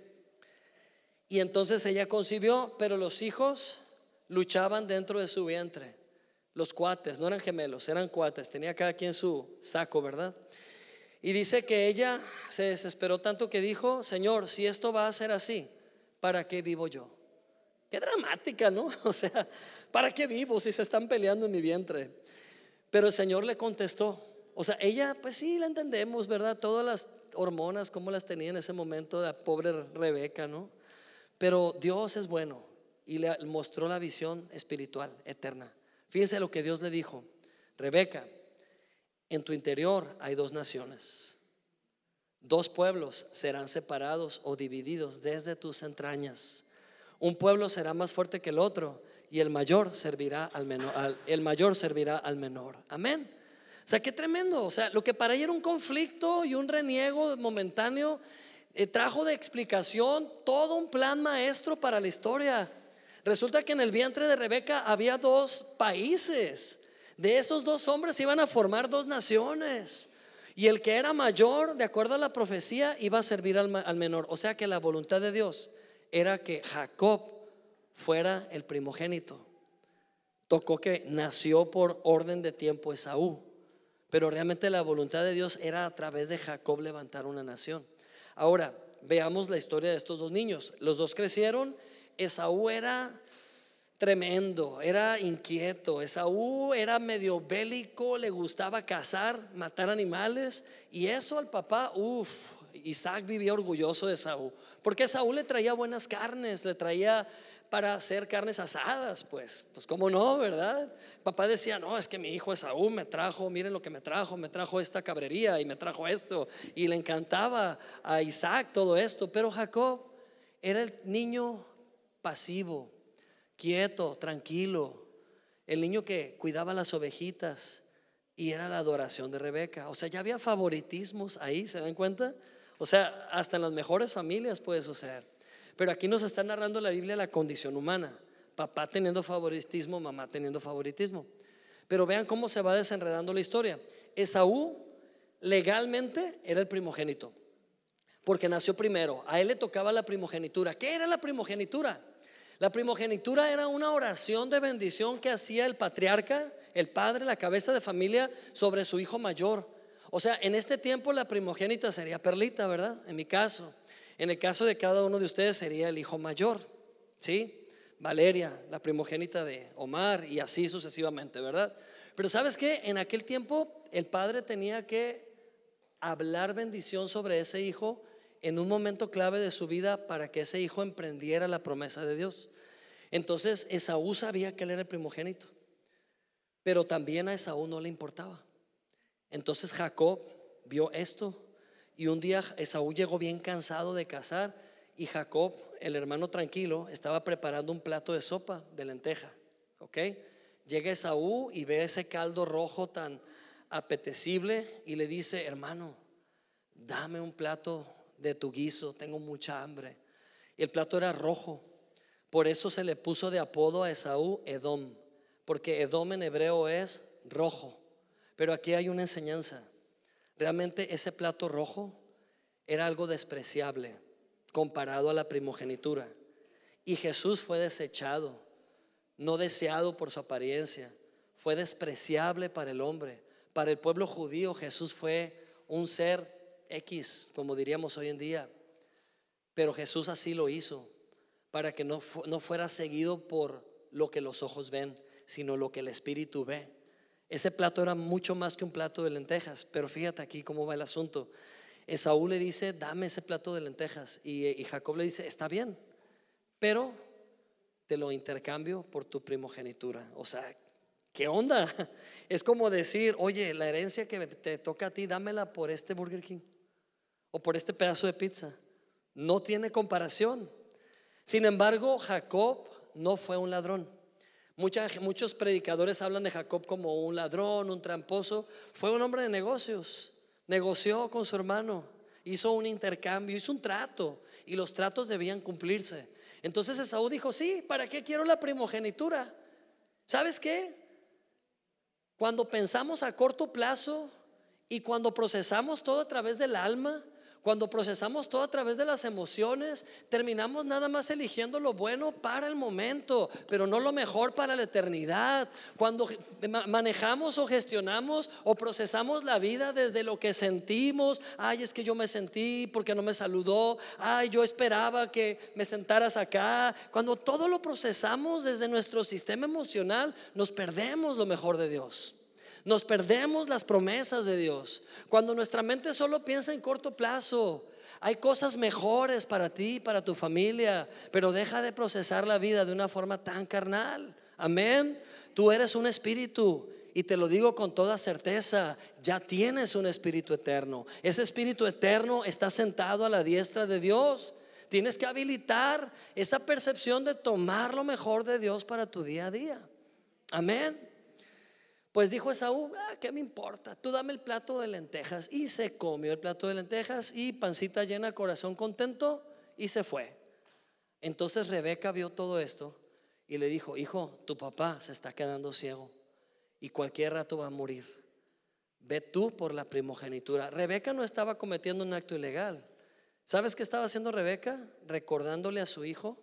Y entonces ella concibió, pero los hijos luchaban dentro de su vientre. Los cuates, no eran gemelos, eran cuates. Tenía cada quien su saco, ¿verdad? Y dice que ella se desesperó tanto que dijo, Señor, si esto va a ser así, ¿para qué vivo yo? Qué dramática, ¿no? O sea, ¿para qué vivo si se están peleando en mi vientre? Pero el Señor le contestó. O sea, ella, pues sí, la entendemos, ¿verdad? Todas las hormonas, cómo las tenía en ese momento la pobre Rebeca, ¿no? Pero Dios es bueno y le mostró la visión espiritual eterna. Fíjense lo que Dios le dijo: Rebeca, en tu interior hay dos naciones, dos pueblos serán separados o divididos desde tus entrañas. Un pueblo será más fuerte que el otro y el mayor servirá al menor, al, el mayor servirá al menor. Amén. O sea, qué tremendo. O sea, lo que para ella era un conflicto y un reniego momentáneo, eh, trajo de explicación todo un plan maestro para la historia. Resulta que en el vientre de Rebeca había dos países. De esos dos hombres iban a formar dos naciones. Y el que era mayor, de acuerdo a la profecía, iba a servir al, al menor. O sea que la voluntad de Dios era que Jacob fuera el primogénito. Tocó que nació por orden de tiempo Esaú, pero realmente la voluntad de Dios era a través de Jacob levantar una nación. Ahora veamos la historia de estos dos niños. Los dos crecieron. Esaú era tremendo, era inquieto. Esaú era medio bélico, le gustaba cazar, matar animales, y eso al papá, uff, Isaac vivía orgulloso de Esaú, porque Esaú le traía buenas carnes, le traía para hacer carnes asadas, pues, pues cómo no, ¿verdad? Papá decía, no, es que mi hijo Esaú me trajo, miren lo que me trajo, me trajo esta cabrería y me trajo esto, y le encantaba a Isaac todo esto. Pero Jacob era el niño pasivo, quieto, tranquilo, el niño que cuidaba las ovejitas, y era la adoración de Rebeca. O sea, ya había favoritismos ahí, ¿se dan cuenta? O sea, hasta en las mejores familias puede suceder. Pero aquí nos está narrando la Biblia la condición humana: papá teniendo favoritismo, mamá teniendo favoritismo. Pero vean cómo se va desenredando la historia. Esaú legalmente era el primogénito, porque nació primero, a él le tocaba la primogenitura. ¿Qué era la primogenitura? La primogenitura era una oración de bendición que hacía el patriarca, el padre, la cabeza de familia, sobre su hijo mayor. O sea, en este tiempo la primogénita sería Perlita, ¿verdad? En mi caso. En el caso de cada uno de ustedes sería el hijo mayor, ¿sí? Valeria, la primogénita de Omar, y así sucesivamente, ¿verdad? Pero ¿sabes qué? En aquel tiempo el padre tenía que hablar bendición sobre ese hijo en un momento clave de su vida, para que ese hijo emprendiera la promesa de Dios. Entonces Esaú sabía que él era el primogénito, pero también a Esaú no le importaba. Entonces Jacob vio esto, y un día Esaú llegó bien cansado de cazar, y Jacob, el hermano tranquilo, estaba preparando un plato de sopa de lenteja. ¿Ok? Llega Esaú y ve ese caldo rojo tan apetecible y le dice: hermano, dame un plato de tu guiso, tengo mucha hambre. Y el plato era rojo. Por eso se le puso de apodo a Esaú Edom, porque Edom en hebreo es rojo. Pero aquí hay una enseñanza. Realmente ese plato rojo era algo despreciable comparado a la primogenitura. Y Jesús fue desechado, no deseado por su apariencia, fue despreciable para el hombre. Para el pueblo judío Jesús fue un ser X, como diríamos hoy en día. Pero Jesús así lo hizo, para que no, fu- no fuera seguido por lo que los ojos ven, sino lo que el espíritu ve. Ese plato era mucho más que un plato de lentejas. Pero fíjate aquí cómo va el asunto. Esaú le dice: dame ese plato de lentejas, y, y Jacob le dice: está bien, pero te lo intercambio por tu primogenitura. O sea, ¿qué onda? Es como decir: oye, la herencia que te toca a ti, dámela por este Burger King o por este pedazo de pizza. No tiene comparación. Sin embargo, Jacob no fue un ladrón. Mucha, muchos predicadores hablan de Jacob como un ladrón, un tramposo. Fue un hombre de negocios. Negoció con su hermano, hizo un intercambio, hizo un trato, y los tratos debían cumplirse. Entonces Esaú dijo: sí, ¿para qué quiero la primogenitura? ¿Sabes qué? Cuando pensamos a corto plazo y cuando procesamos todo a través del alma, cuando procesamos todo a través de las emociones, terminamos nada más eligiendo lo bueno para el momento, pero no lo mejor para la eternidad. Cuando manejamos o gestionamos o procesamos la vida desde lo que sentimos: ay, es que yo me sentí porque no me saludó, ay, yo esperaba que me sentaras acá. Cuando todo lo procesamos desde nuestro sistema emocional, nos perdemos lo mejor de Dios. Nos perdemos las promesas de Dios. Cuando nuestra mente solo piensa en corto plazo, hay cosas mejores para ti, para tu familia, pero deja de procesar la vida de una forma tan carnal. Amén. Tú eres un espíritu, y te lo digo con toda certeza: ya tienes un espíritu eterno. Ese espíritu eterno está sentado a la diestra de Dios. Tienes que habilitar esa percepción de tomar lo mejor de Dios para tu día a día. Amén. Pues dijo Esaú, ah, ¿qué me importa? Tú dame el plato de lentejas. Y se comió el plato de lentejas y pancita llena, corazón contento, y se fue. Entonces Rebeca vio todo esto y le dijo, hijo, tu papá se está quedando ciego y cualquier rato va a morir. Ve tú por la primogenitura. Rebeca no estaba cometiendo un acto ilegal. ¿Sabes qué estaba haciendo Rebeca? Recordándole a su hijo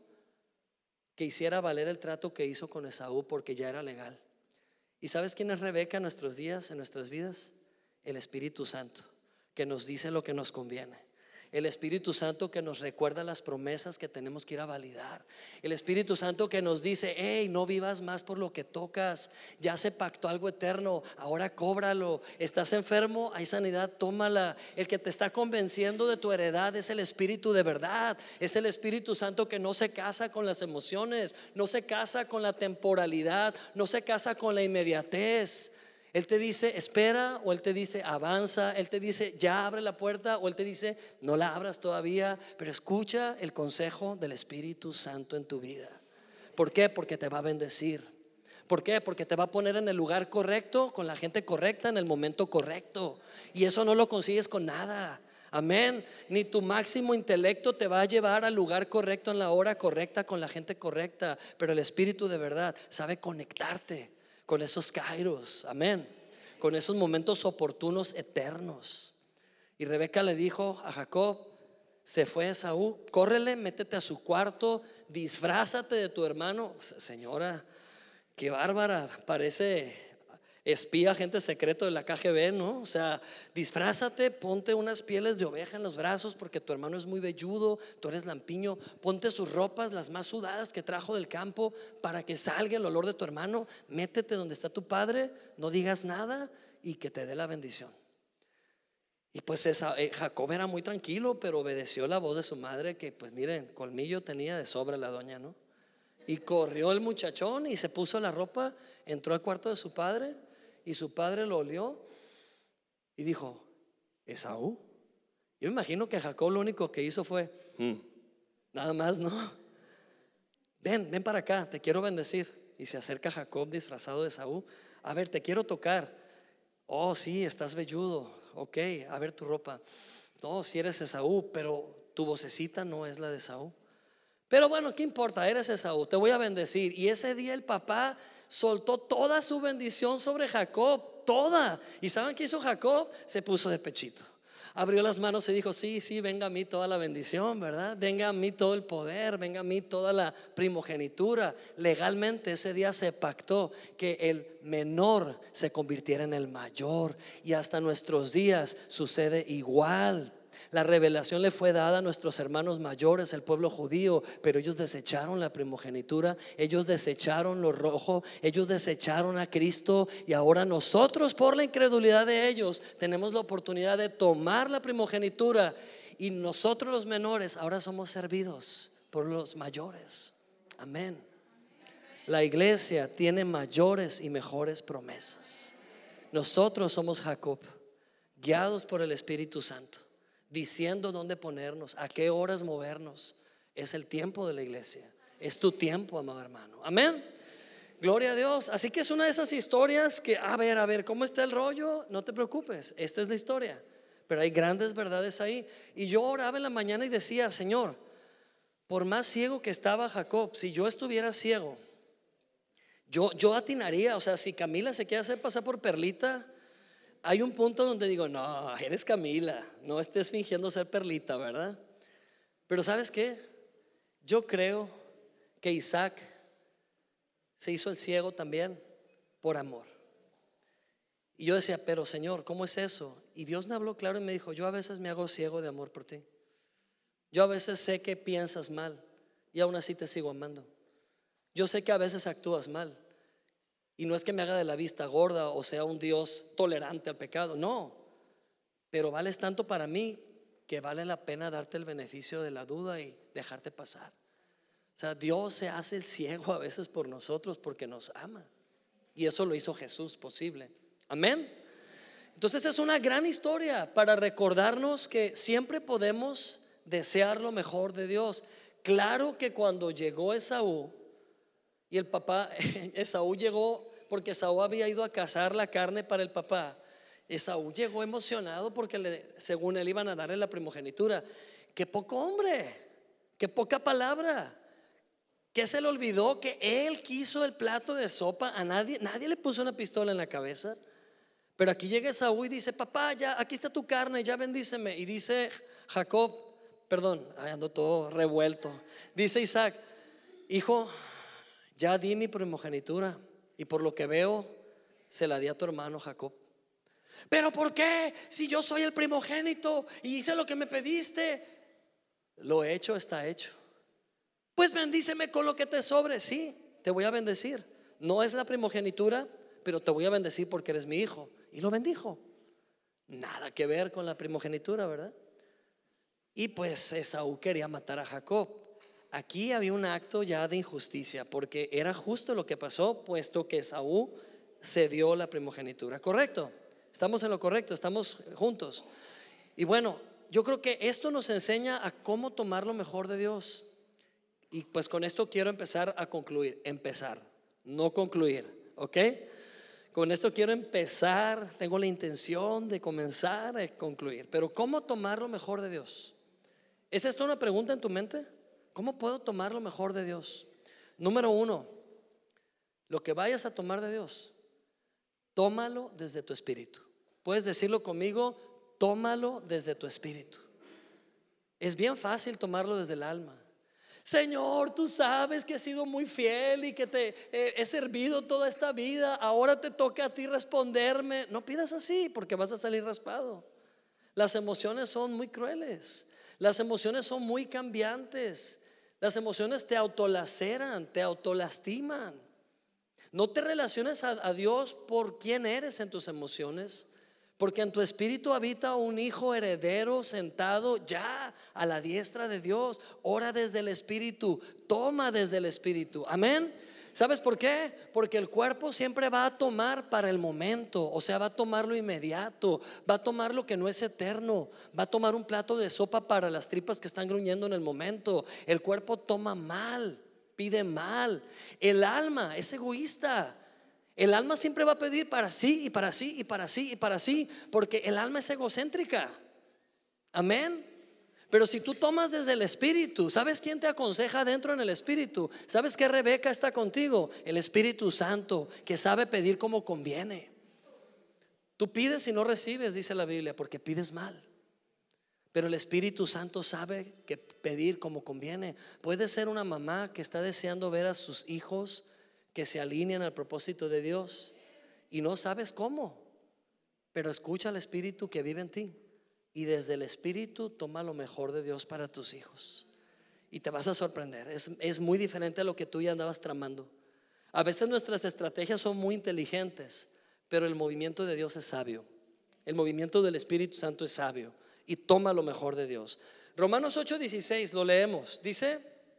que hiciera valer el trato que hizo con Esaú, porque ya era legal. ¿Y sabes quién es Rebeca en nuestros días, en nuestras vidas? El Espíritu Santo, que nos dice lo que nos conviene. El Espíritu Santo que nos recuerda las promesas que tenemos que ir a validar. El Espíritu Santo que nos dice, hey, no vivas más por lo que tocas. Ya se pactó algo eterno, ahora cóbralo. Estás enfermo, hay sanidad, tómala. El que te está convenciendo de tu heredad es el Espíritu de verdad. Es el Espíritu Santo que no se casa con las emociones, no se casa con la temporalidad, no se casa con la inmediatez. Él te dice espera, o Él te dice avanza, Él te dice ya abre la puerta, o Él te dice no la abras todavía. Pero escucha el consejo del Espíritu Santo en tu vida. ¿Por qué? Porque te va a bendecir. ¿Por qué? Porque te va a poner en el lugar correcto, con la gente correcta, en el momento correcto. Y eso no lo consigues con nada. Amén. Ni tu máximo intelecto te va a llevar al lugar correcto en la hora correcta, con la gente correcta. Pero el Espíritu de verdad sabe conectarte con esos kairos, amén, con esos momentos oportunos eternos. Y Rebeca le dijo a Jacob, se fue a Esaú, córrele, métete a su cuarto, disfrázate de tu hermano. Señora, qué bárbara, parece espía, agente secreto de la K G B, ¿no? O sea, disfrázate, ponte unas pieles de oveja en los brazos porque tu hermano es muy velludo, tú eres lampiño. Ponte sus ropas, las más sudadas que trajo del campo, para que salga el olor de tu hermano. Métete donde está tu padre, no digas nada y que te dé la bendición. Y pues esa, eh, Jacob era muy tranquilo, pero obedeció la voz de su madre, que pues miren, colmillo tenía de sobra la doña, ¿no? Y corrió el muchachón y se puso la ropa, entró al cuarto de su padre. Y su padre lo olió y dijo, Esaú. Yo me imagino que Jacob lo único que hizo fue mm, nada más, ¿no? Ven, ven para acá, te quiero bendecir. Y se acerca Jacob disfrazado de Esaú. A ver, te quiero tocar. Oh, sí, estás velludo. Ok, a ver tu ropa. No, si eres Esaú, pero tu vocecita no es la de Esaú. Pero bueno, ¿qué importa? Eres Esaú, te voy a bendecir. Y ese día el papá soltó toda su bendición sobre Jacob, toda. ¿Y saben qué hizo Jacob? Se puso de pechito, abrió las manos y dijo, sí, sí, venga a mí toda la bendición, ¿verdad? Venga a mí todo el poder, venga a mí toda la primogenitura. Legalmente ese día se pactó que el menor se convirtiera en el mayor. Y hasta nuestros días sucede igual. La revelación le fue dada a nuestros hermanos mayores, el pueblo judío, pero ellos desecharon la primogenitura, ellos desecharon lo rojo, ellos desecharon a Cristo. Y ahora nosotros, por la incredulidad de ellos, tenemos la oportunidad de tomar la primogenitura. Y nosotros los menores ahora somos servidos por los mayores. Amén. La iglesia tiene mayores y mejores promesas. Nosotros somos Jacob, guiados por el Espíritu Santo, diciendo dónde ponernos, a qué horas movernos. Es el tiempo de la iglesia, es tu tiempo, amado hermano. Amén. Gloria a Dios. Así que es una de esas historias que, a ver, a ver, ¿cómo está el rollo? No te preocupes, esta es la historia, pero hay grandes verdades ahí. Y yo oraba en la mañana y decía, Señor, por más ciego que estaba Jacob, si yo estuviera ciego, yo, yo atinaría. O sea, si Camila se quiere hacer pasar por Perlita, hay un punto donde digo, no, eres Camila, no estés fingiendo ser Perlita, ¿verdad? Pero ¿sabes qué? Yo creo que Isaac se hizo el ciego también por amor. Y yo decía, pero Señor, ¿cómo es eso? Y Dios me habló claro y me dijo, yo a veces me hago ciego de amor por ti. Yo a veces sé que piensas mal y aún así te sigo amando. Yo sé que a veces actúas mal. Y no es que me haga de la vista gorda o sea un Dios tolerante al pecado, no. Pero vales tanto para mí que vale la pena darte el beneficio de la duda y dejarte pasar. O sea, Dios se hace el ciego a veces por nosotros porque nos ama. Y eso lo hizo Jesús posible. Amén. Entonces es una gran historia para recordarnos que siempre podemos desear lo mejor de Dios. Claro que cuando llegó Esaú y el papá Esaú llegó porque Esaú había ido a cazar la carne para el papá. Esaú llegó emocionado porque le, según él iban a darle la primogenitura. Qué poco hombre, qué poca palabra. ¿Qué se le olvidó? Que él quiso el plato de sopa. A nadie, nadie le puso una pistola en la cabeza. Pero aquí llega Esaú y dice: papá, ya aquí está tu carne, ya bendíceme. Y dice Jacob, perdón, ando todo revuelto. Dice Isaac: hijo, ya di mi primogenitura, y por lo que veo se la di a tu hermano Jacob. ¿Pero por qué? Si yo soy el primogénito y hice lo que me pediste. Lo hecho está hecho. Pues bendíceme con lo que te sobre. Sí, te voy a bendecir. No es la primogenitura, pero te voy a bendecir porque eres mi hijo. Y lo bendijo. Nada que ver con la primogenitura, ¿verdad? Y pues Esaú quería matar a Jacob. Aquí había un acto ya de injusticia, porque era justo lo que pasó, puesto que Esaú cedió la primogenitura. ¿Correcto? Estamos en lo correcto, estamos juntos. Y bueno, yo creo que esto nos enseña a cómo tomar lo mejor de Dios. Y pues con esto quiero empezar a concluir. Empezar, no concluir, ¿ok? Con esto quiero empezar. Tengo la intención de comenzar a concluir. Pero ¿cómo tomar lo mejor de Dios? ¿Es esto una pregunta en tu mente? ¿Cómo puedo tomar lo mejor de Dios? Número uno, lo que vayas a tomar de Dios, tómalo desde tu espíritu. Puedes decirlo conmigo: tómalo desde tu espíritu. Es bien fácil tomarlo desde el alma. Señor, tú sabes que he sido muy fiel y que te eh, he servido toda esta vida. Ahora te toca a ti responderme. No pidas así, porque vas a salir raspado. Las emociones son muy crueles. Las emociones son muy cambiantes. Las emociones te autolaceran, te autolastiman. No te relaciones a, a Dios por quién eres en tus emociones, porque en tu espíritu habita un hijo heredero sentado ya a la diestra de Dios. Ora desde el espíritu, toma desde el espíritu. Amén. ¿Sabes por qué? Porque el cuerpo siempre va a tomar para el momento. O sea, va a tomar lo inmediato, va a tomar lo que no es eterno, va a tomar un plato de sopa para las tripas que están gruñendo en el momento. El cuerpo toma mal, pide mal. El alma es egoísta. El alma siempre va a pedir para sí y para sí y para sí y para sí, porque el alma es egocéntrica. Amén. Pero si tú tomas desde el espíritu, ¿sabes quién te aconseja dentro en el espíritu? ¿Sabes que Rebeca está contigo? El Espíritu Santo, que sabe pedir como conviene. Tú pides y no recibes, dice la Biblia, porque pides mal. Pero el Espíritu Santo sabe que pedir como conviene. Puede ser una mamá que está deseando ver a sus hijos que se alinean al propósito de Dios y no sabes cómo, pero escucha al Espíritu que vive en ti, y desde el Espíritu toma lo mejor de Dios para tus hijos. Y te vas a sorprender. Es, es muy diferente a lo que tú ya andabas tramando. A veces nuestras estrategias son muy inteligentes, pero el movimiento de Dios es sabio. El movimiento del Espíritu Santo es sabio y toma lo mejor de Dios. Romanos ocho dieciséis lo leemos. Dice,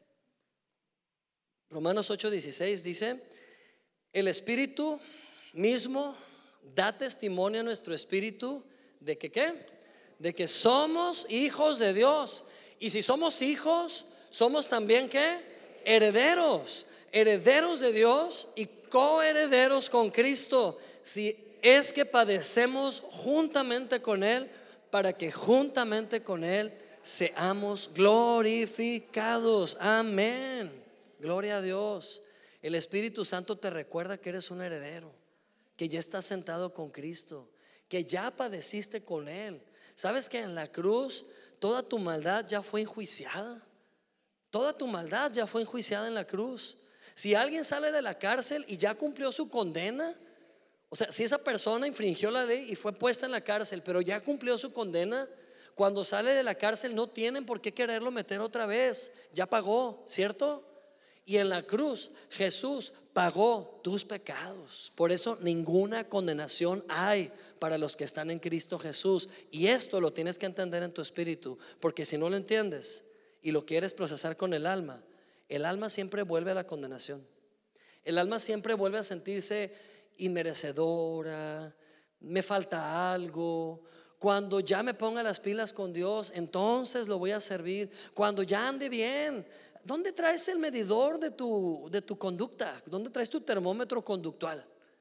Romanos ocho dieciséis dice: el Espíritu mismo da testimonio a nuestro espíritu de que ¿qué? De que somos hijos de Dios. Y si somos hijos, somos también ¿qué? Herederos. Herederos de Dios y coherederos con Cristo, si es que padecemos juntamente con Él, para que juntamente con Él seamos glorificados. Amén. Gloria a Dios. El Espíritu Santo te recuerda que eres un heredero, que ya estás sentado con Cristo, que ya padeciste con Él. ¿Sabes que en la cruz toda tu maldad ya fue enjuiciada? Toda tu maldad ya fue enjuiciada en la cruz. Si alguien sale de la cárcel y ya cumplió su condena, o sea, si esa persona infringió la ley y fue puesta en la cárcel, pero ya cumplió su condena, cuando sale de la cárcel no tienen por qué quererlo meter otra vez. Ya pagó, ¿cierto? Y en la cruz Jesús pagó tus pecados. Por eso ninguna condenación hay para los que están en Cristo Jesús. Y esto lo tienes que entender en tu espíritu, porque si no lo entiendes y lo quieres procesar con el alma, el alma siempre vuelve a la condenación. El alma siempre vuelve a sentirse inmerecedora, me falta algo. Cuando ya me ponga las pilas con Dios, entonces lo voy a servir. Cuando ya ande bien. ¿Dónde traes el medidor de tu, de tu conducta? ¿Dónde traes tu termómetro conductual?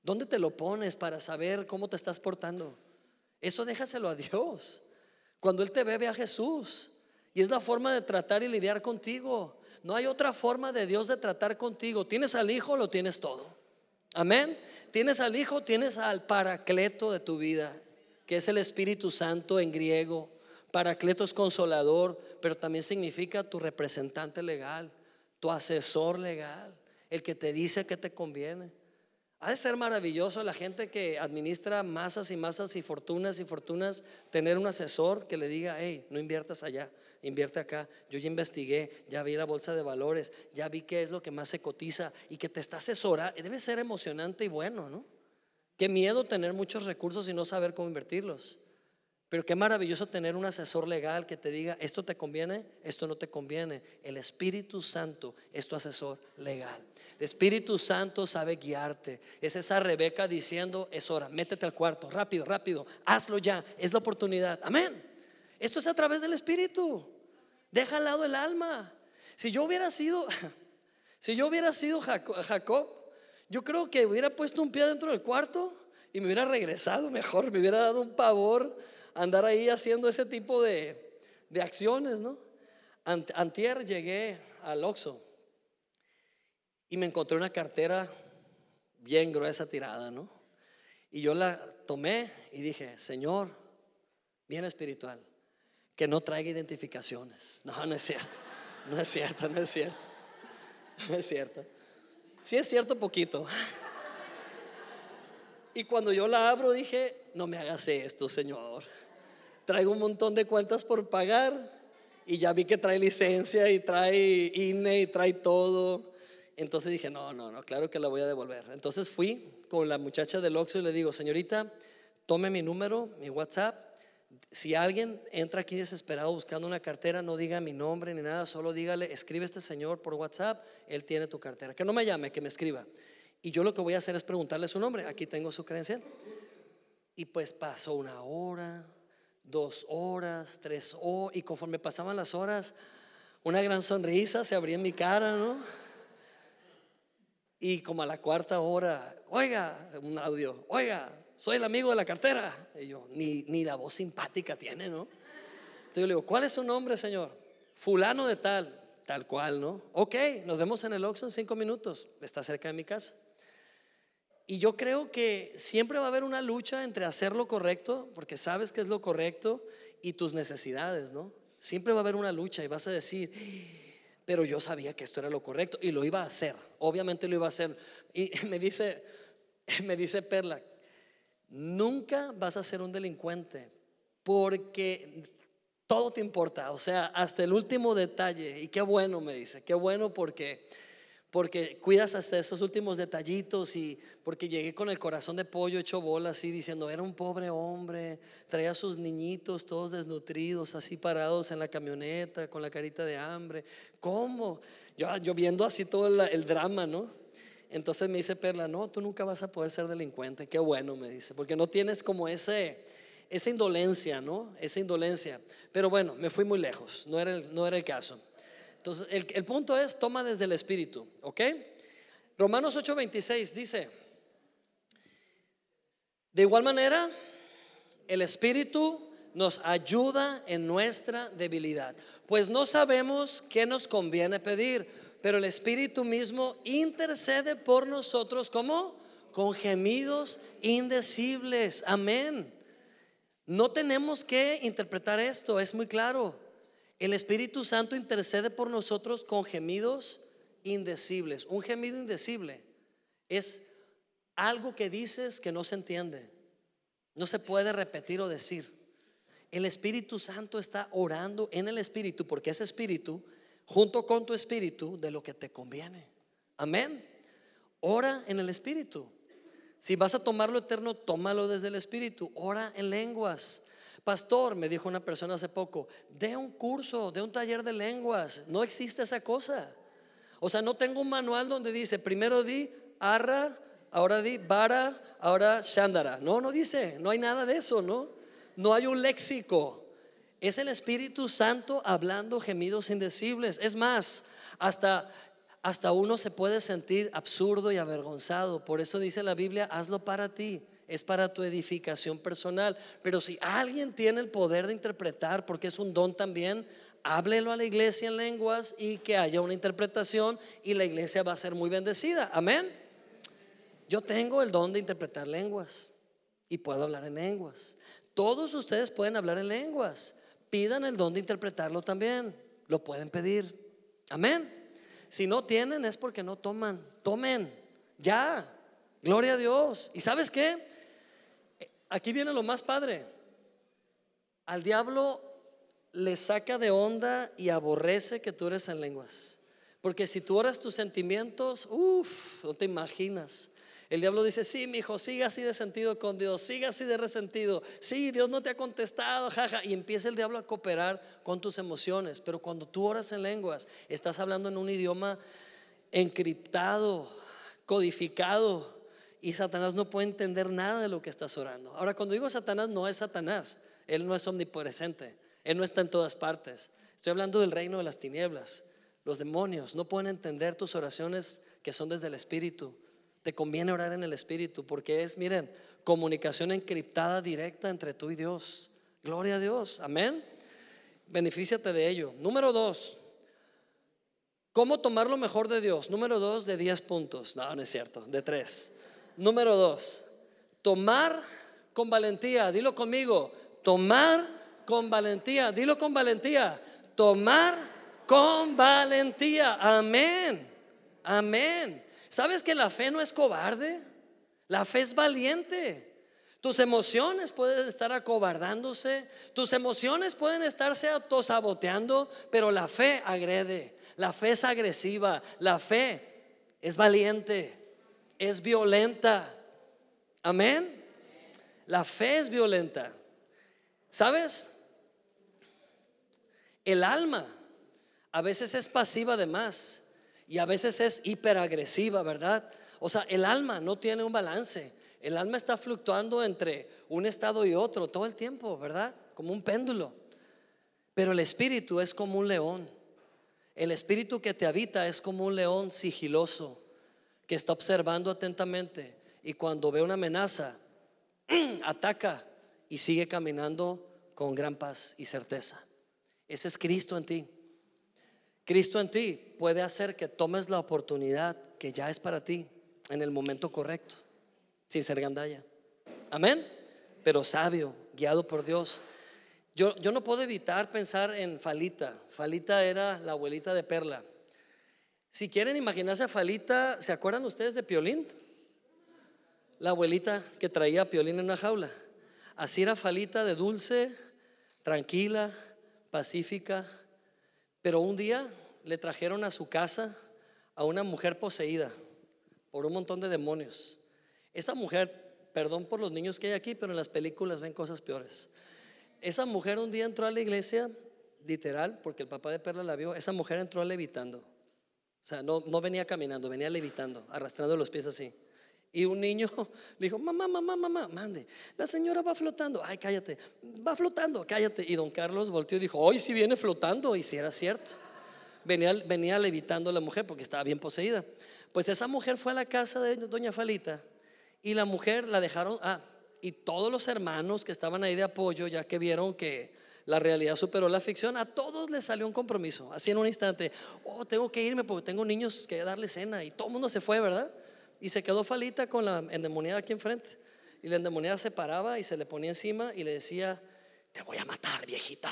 ¿Dónde te lo pones para saber cómo te estás portando? Eso déjaselo a Dios. Cuando Él te ve, ve a Jesús. Y es la forma de tratar y lidiar contigo. No hay otra forma de Dios de tratar contigo. Tienes al Hijo, lo tienes todo. Amén. Tienes al Hijo, tienes al Paracleto de tu vida, que es el Espíritu Santo en griego. Paracleto es consolador, pero también significa tu representante legal, tu asesor legal, el que te dice que te conviene. Ha de ser maravilloso la gente que administra masas y masas y fortunas y fortunas, tener un asesor que le diga: hey, no inviertas allá, invierte acá. Yo ya investigué, ya vi la bolsa de valores, ya vi qué es lo que más se cotiza, y que te está asesorando. Debe ser emocionante y bueno, ¿no? Qué miedo tener muchos recursos y no saber cómo invertirlos. Pero qué maravilloso tener un asesor legal que te diga: esto te conviene, esto no te conviene. El Espíritu Santo es tu asesor legal. El Espíritu Santo sabe guiarte. Es esa Rebeca diciendo: es hora, métete al cuarto, rápido, rápido, hazlo ya, es la oportunidad. Amén. Esto es a través del Espíritu. Deja al lado el alma. Si yo hubiera sido Si yo hubiera sido Jacob, yo creo que hubiera puesto un pie dentro del cuarto y me hubiera regresado mejor. Me hubiera dado un pavor andar ahí haciendo ese tipo de, de acciones, ¿no? Antier llegué al Oxxo y me encontré una cartera bien gruesa tirada, ¿no? Y yo la tomé y dije: Señor, bien espiritual, que no traiga identificaciones. No, no es cierto, no es cierto, no es cierto, no es cierto. Sí es cierto, poquito. Y cuando yo la abro dije: no me hagas esto, Señor. Traigo un montón de cuentas por pagar y ya vi que trae licencia y trae I N E y trae todo. Entonces dije: no, no, no, claro que la voy a devolver. Entonces fui con la muchacha del Oxxo y le digo: señorita, tome mi número, mi WhatsApp. Si alguien entra aquí desesperado buscando una cartera, no diga mi nombre ni nada, solo dígale: escribe este señor por WhatsApp, él tiene tu cartera. Que no me llame, que me escriba. Y yo lo que voy a hacer es preguntarle su nombre. Aquí tengo su credencial. Y pues pasó una hora, dos horas, tres horas, y conforme pasaban las horas, una gran sonrisa se abría en mi cara, ¿no? Y como a la cuarta hora: oiga, un audio: oiga, soy el amigo de la cartera. Y yo, ni, ni la voz simpática tiene, ¿no? Entonces yo le digo: ¿cuál es su nombre, señor? Fulano de tal. Tal cual, ¿no? Ok, nos vemos en el Oxxo en cinco minutos. Está cerca de mi casa. Y yo creo que siempre va a haber una lucha entre hacer lo correcto, porque sabes que es lo correcto, y tus necesidades, ¿no? Siempre va a haber una lucha y vas a decir: pero yo sabía que esto era lo correcto y lo iba a hacer. Obviamente lo iba a hacer. Y me dice, me dice Perla: nunca vas a ser un delincuente porque todo te importa, o sea, hasta el último detalle. Y qué bueno, me dice, qué bueno porque porque cuidas hasta esos últimos detallitos. Y porque llegué con el corazón de pollo hecho bola, así diciendo: era un pobre hombre, traía a sus niñitos todos desnutridos, así parados en la camioneta con la carita de hambre. ¿Cómo? Yo, yo viendo así todo el, el drama, ¿no? Entonces me dice Perla: no, tú nunca vas a poder ser delincuente. Qué bueno, me dice, porque no tienes como ese, esa indolencia, ¿no? Esa indolencia. Pero bueno, me fui muy lejos, no era el, no era el caso. Entonces el, el punto es: toma desde el Espíritu, ¿ok? Romanos ocho veintiséis dice: de igual manera, el Espíritu nos ayuda en nuestra debilidad, pues no sabemos qué nos conviene pedir, pero el Espíritu mismo intercede por nosotros, ¿cómo? Con gemidos indecibles. Amén. No tenemos que interpretar esto, es muy claro. El Espíritu Santo intercede por nosotros con gemidos indecibles. Un gemido indecible es algo que dices que no se entiende, no se puede repetir o decir. El Espíritu Santo está orando en el Espíritu, porque ese Espíritu, junto con tu Espíritu, de lo que te conviene. Amén. Ora en el Espíritu. Si vas a tomar lo eterno, tómalo desde el Espíritu. Ora en lenguas. Pastor, me dijo una persona hace poco: dé un curso, dé un taller de lenguas. No existe esa cosa. O sea, no tengo un manual donde dice: primero di arra, ahora di bara, ahora shandara. No, no dice, no hay nada de eso, ¿no? No hay un léxico. Es el Espíritu Santo hablando gemidos indecibles. Es más, hasta hasta uno se puede sentir absurdo y avergonzado. Por eso dice la Biblia, hazlo para ti, es para tu edificación personal. Pero si alguien tiene el poder de interpretar, porque es un don también, háblelo a la iglesia en lenguas y que haya una interpretación, y la iglesia va a ser muy bendecida. Amén. Yo tengo el don de interpretar lenguas y puedo hablar en lenguas. Todos ustedes pueden hablar en lenguas. Pidan el don de interpretarlo también. Lo pueden pedir. Amén. Si no tienen es porque no toman. Tomen ya. Gloria a Dios. ¿Y sabes qué? Aquí viene lo más padre. Al diablo le saca de onda y aborrece que tú eres en lenguas. Porque si tú oras tus sentimientos, uff, no te imaginas. El diablo dice, sí, mi hijo, siga así de sentido con Dios, siga así de resentido. Sí, Dios no te ha contestado, jaja. Y empieza el diablo a cooperar con tus emociones. Pero cuando tú oras en lenguas, estás hablando en un idioma encriptado, codificado, y Satanás no puede entender nada de lo que estás orando. Ahora, cuando digo Satanás, no es Satanás. Él no es omnipresente, él no está en todas partes. Estoy hablando del reino de las tinieblas. Los demonios no pueden entender tus oraciones que son desde el Espíritu. Te conviene orar en el Espíritu, porque es, miren, comunicación encriptada directa entre tú y Dios. Gloria a Dios, amén. Benefíciate de ello. Número dos, ¿cómo tomar lo mejor de Dios? Número dos, de diez puntos. No, no es cierto, de tres. Número dos, tomar con valentía. Dilo conmigo, tomar con valentía. Dilo con valentía, tomar con valentía. Amén, amén. ¿Sabes que la fe no es cobarde? La fe es valiente. Tus emociones pueden estar acobardándose, tus emociones pueden estarse autosaboteando, pero la fe agrede, la fe es agresiva, la fe es valiente, es violenta. Amén. La fe es violenta. ¿Sabes? El alma a veces es pasiva de más. Y a veces es hiperagresiva, ¿verdad? O sea, el alma no tiene un balance. El alma está fluctuando entre un estado y otro todo el tiempo, ¿verdad? Como un péndulo. Pero el espíritu es como un león. El espíritu que te habita es como un león sigiloso que está observando atentamente, y cuando ve una amenaza, ataca y sigue caminando con gran paz y certeza. Ese es Cristo en ti. Cristo en ti puede hacer que tomes la oportunidad que ya es para ti en el momento correcto, sin ser gandalla. Amén. Pero sabio, guiado por Dios. Yo, yo no puedo evitar pensar en Falita. Falita era la abuelita de Perla. Si quieren imaginarse a Falita, ¿se acuerdan ustedes de Piolín? La abuelita que traía a Piolín en una jaula. Así era Falita, de dulce, tranquila, pacífica. Pero un día le trajeron a su casa a una mujer poseída por un montón de demonios. Esa mujer, perdón por los niños que hay aquí, pero en las películas ven cosas peores. Esa mujer un día entró a la iglesia, literal, porque el papá de Perla la vio. Esa mujer entró levitando. O sea, no, no venía caminando, venía levitando, arrastrando los pies así. Y un niño le dijo, mamá, mamá, mamá, mande, la señora va flotando. Ay, cállate, va flotando, cállate. Y don Carlos volteó y dijo, hoy sí viene flotando. Y si era cierto, venía, venía levitando la mujer porque estaba bien poseída. Pues esa mujer fue a la casa de doña Falita, y la mujer la dejaron, ah, y todos los hermanos que estaban ahí de apoyo, ya que vieron que la realidad superó la ficción, a todos les salió un compromiso. Así en un instante, oh, tengo que irme porque tengo niños que darle cena. Y todo el mundo se fue, ¿verdad? Y se quedó Falita con la endemoniada aquí enfrente. Y la endemoniada se paraba y se le ponía encima y le decía, te voy a matar, viejita.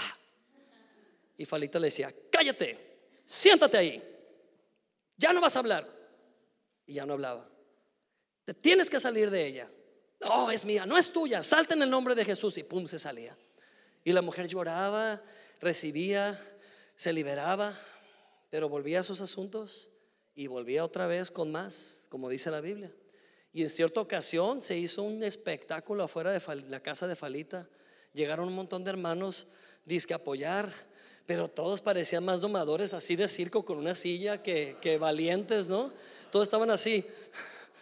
Y Falita le decía, cállate, siéntate ahí, ya no vas a hablar. Y ya no hablaba. Te tienes que salir de ella. No, es mía, no es tuya, salta en el nombre de Jesús. Y pum, se salía. Y la mujer lloraba, recibía, se liberaba, pero volvía a sus asuntos. Y volvía otra vez con más, como dice la Biblia. Y en cierta ocasión se hizo un espectáculo afuera de la casa de Falita. Llegaron un montón de hermanos disque a apoyar, pero todos parecían más domadores, así de circo, con una silla, que, que valientes, ¿no? Todos estaban así.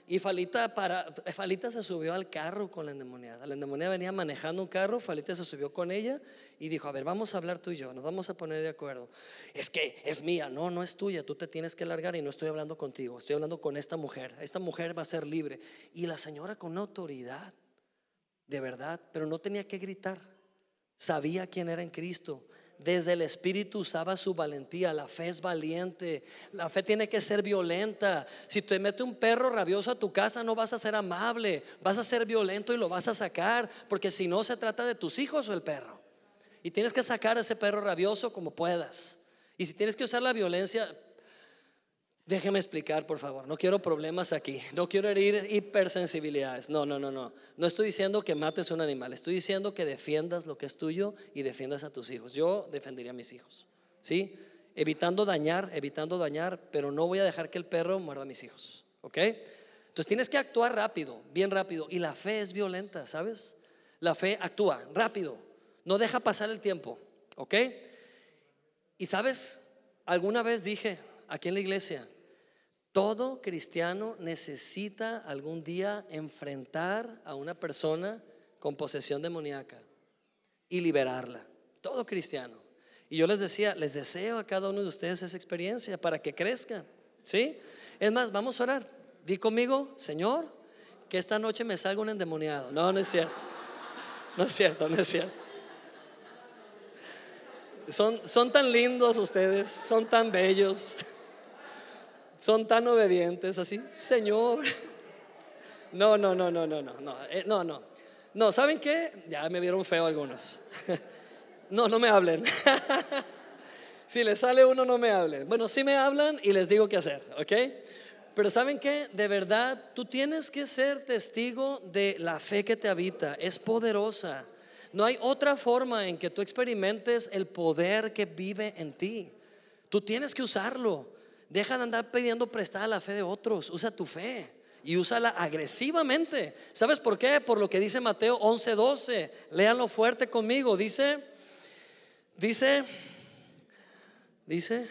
Y Falita, para, Falita se subió al carro con la endemoniada. La endemoniada venía manejando un carro, Falita se subió con ella y dijo: a ver, vamos a hablar tú y yo, nos vamos a poner de acuerdo. Es que es mía. No, no es tuya, tú te tienes que largar y no estoy hablando contigo, estoy hablando con esta mujer. Esta mujer va a ser libre. Y la señora con una autoridad, de verdad, pero no tenía que gritar. Sabía quién era en Cristo. Desde el Espíritu usaba su valentía. La fe es valiente. La fe tiene que ser violenta. Si te mete un perro rabioso a tu casa, no vas a ser amable, vas a ser violento y lo vas a sacar, porque si no, se trata de tus hijos o el perro. Y tienes que sacar a ese perro rabioso como puedas. Y si tienes que usar la violencia, déjeme explicar, por favor. No quiero problemas aquí. No quiero herir hipersensibilidades. No, no, no, no. No estoy diciendo que mates un animal. Estoy diciendo que defiendas lo que es tuyo y defiendas a tus hijos. Yo defendería a mis hijos, ¿sí? Evitando dañar, evitando dañar, pero no voy a dejar que el perro muerda a mis hijos, ¿ok? Entonces tienes que actuar rápido, bien rápido. Y la fe es violenta, ¿sabes? La fe actúa rápido, no deja pasar el tiempo, ¿ok? Y ¿sabes? Alguna vez dije aquí en la iglesia: todo cristiano necesita algún día enfrentar a una persona con posesión demoníaca y liberarla. Todo cristiano. Y yo les decía, les deseo a cada uno de ustedes esa experiencia para que crezcan, ¿sí? Es más, vamos a orar. Di conmigo: Señor, que esta noche me salga un endemoniado. No, no es cierto. No es cierto, no es cierto. Son, son tan lindos ustedes, son tan bellos, son tan obedientes así. Señor. No, no, no, no, no, no, no, eh, no, no. No, ¿saben qué? Ya me vieron feo algunos. No, no me hablen. Si les sale uno, no me hablen. Bueno, sí me hablan y les digo qué hacer, ¿ok? Pero ¿saben qué? De verdad, tú tienes que ser testigo de la fe que te habita. Es poderosa. No hay otra forma en que tú experimentes el poder que vive en ti. Tú tienes que usarlo. Deja de andar pidiendo prestada la fe de otros. Usa tu fe y úsala agresivamente. ¿Sabes por qué? Por lo que dice Mateo once doce. Léanlo fuerte conmigo. Dice, dice, dice,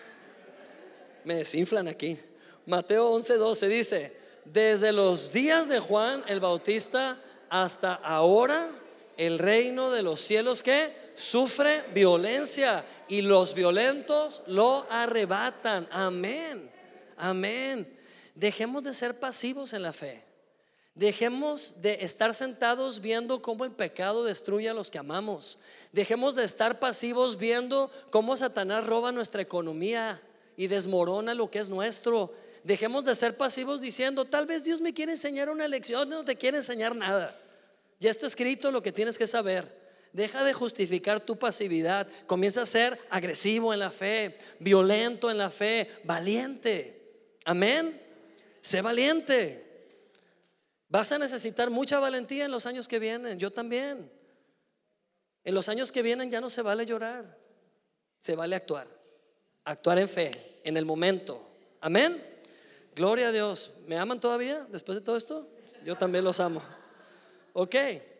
me desinflan aquí. Mateo once doce dice: desde los días de Juan el Bautista hasta ahora, el reino de los cielos que sufre violencia y los violentos lo arrebatan. Amén, amén. Dejemos de ser pasivos en la fe. Dejemos de estar sentados viendo cómo el pecado destruye a los que amamos. Dejemos de estar pasivos viendo cómo Satanás roba nuestra economía y desmorona lo que es nuestro. Dejemos de ser pasivos diciendo: tal vez Dios me quiere enseñar una lección. No te quiere enseñar nada. Ya está escrito lo que tienes que saber. Deja de justificar tu pasividad. Comienza a ser agresivo en la fe, violento en la fe, valiente. Amén. Sé valiente. Vas a necesitar mucha valentía en los años que vienen. Yo también. En los años que vienen ya no se vale llorar, se vale actuar. Actuar en fe, en el momento. Amén. Gloria a Dios. ¿Me aman todavía después de todo esto? Yo también los amo. Ok.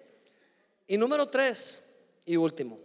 Y número tres y último.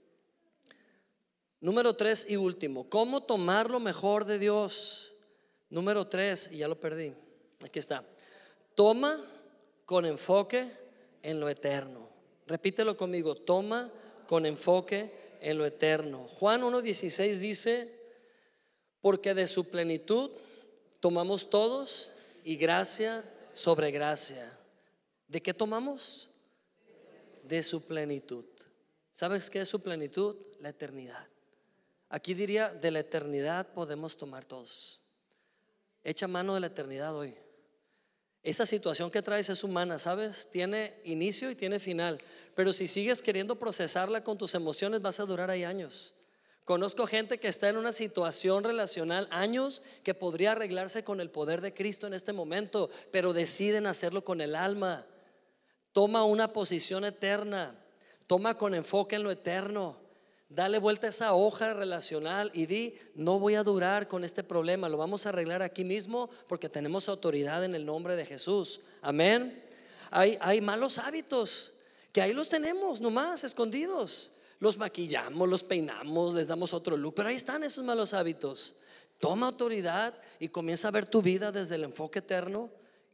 Número tres y último. ¿Cómo tomar lo mejor de Dios? Número tres, y ya lo perdí. Aquí está. Toma con enfoque en lo eterno. Repítelo conmigo. Toma con enfoque en lo eterno. Juan uno dieciséis dice: porque de su plenitud tomamos todos y gracia sobre gracia. ¿De qué tomamos? De su plenitud. ¿Sabes qué es su plenitud? La eternidad. Aquí diría: de la eternidad podemos tomar todos. Echa mano de la eternidad hoy. Esa situación que traes es humana, ¿sabes? Tiene inicio y tiene final. Pero si sigues queriendo procesarla con tus emociones, vas a durar ahí años. Conozco gente que está en una situación relacional años, que podría arreglarse con el poder de Cristo en este momento, pero deciden hacerlo con el alma. Toma una posición eterna. Toma con enfoque en lo eterno. Dale vuelta a esa hoja relacional y di: no voy a durar con este problema, lo vamos a arreglar aquí mismo porque tenemos autoridad en el nombre de Jesús. Amén. Hay, hay malos hábitos que ahí los tenemos nomás escondidos. Los maquillamos, los peinamos, les damos otro look, pero ahí están esos malos hábitos. Toma autoridad y comienza a ver tu vida desde el enfoque eterno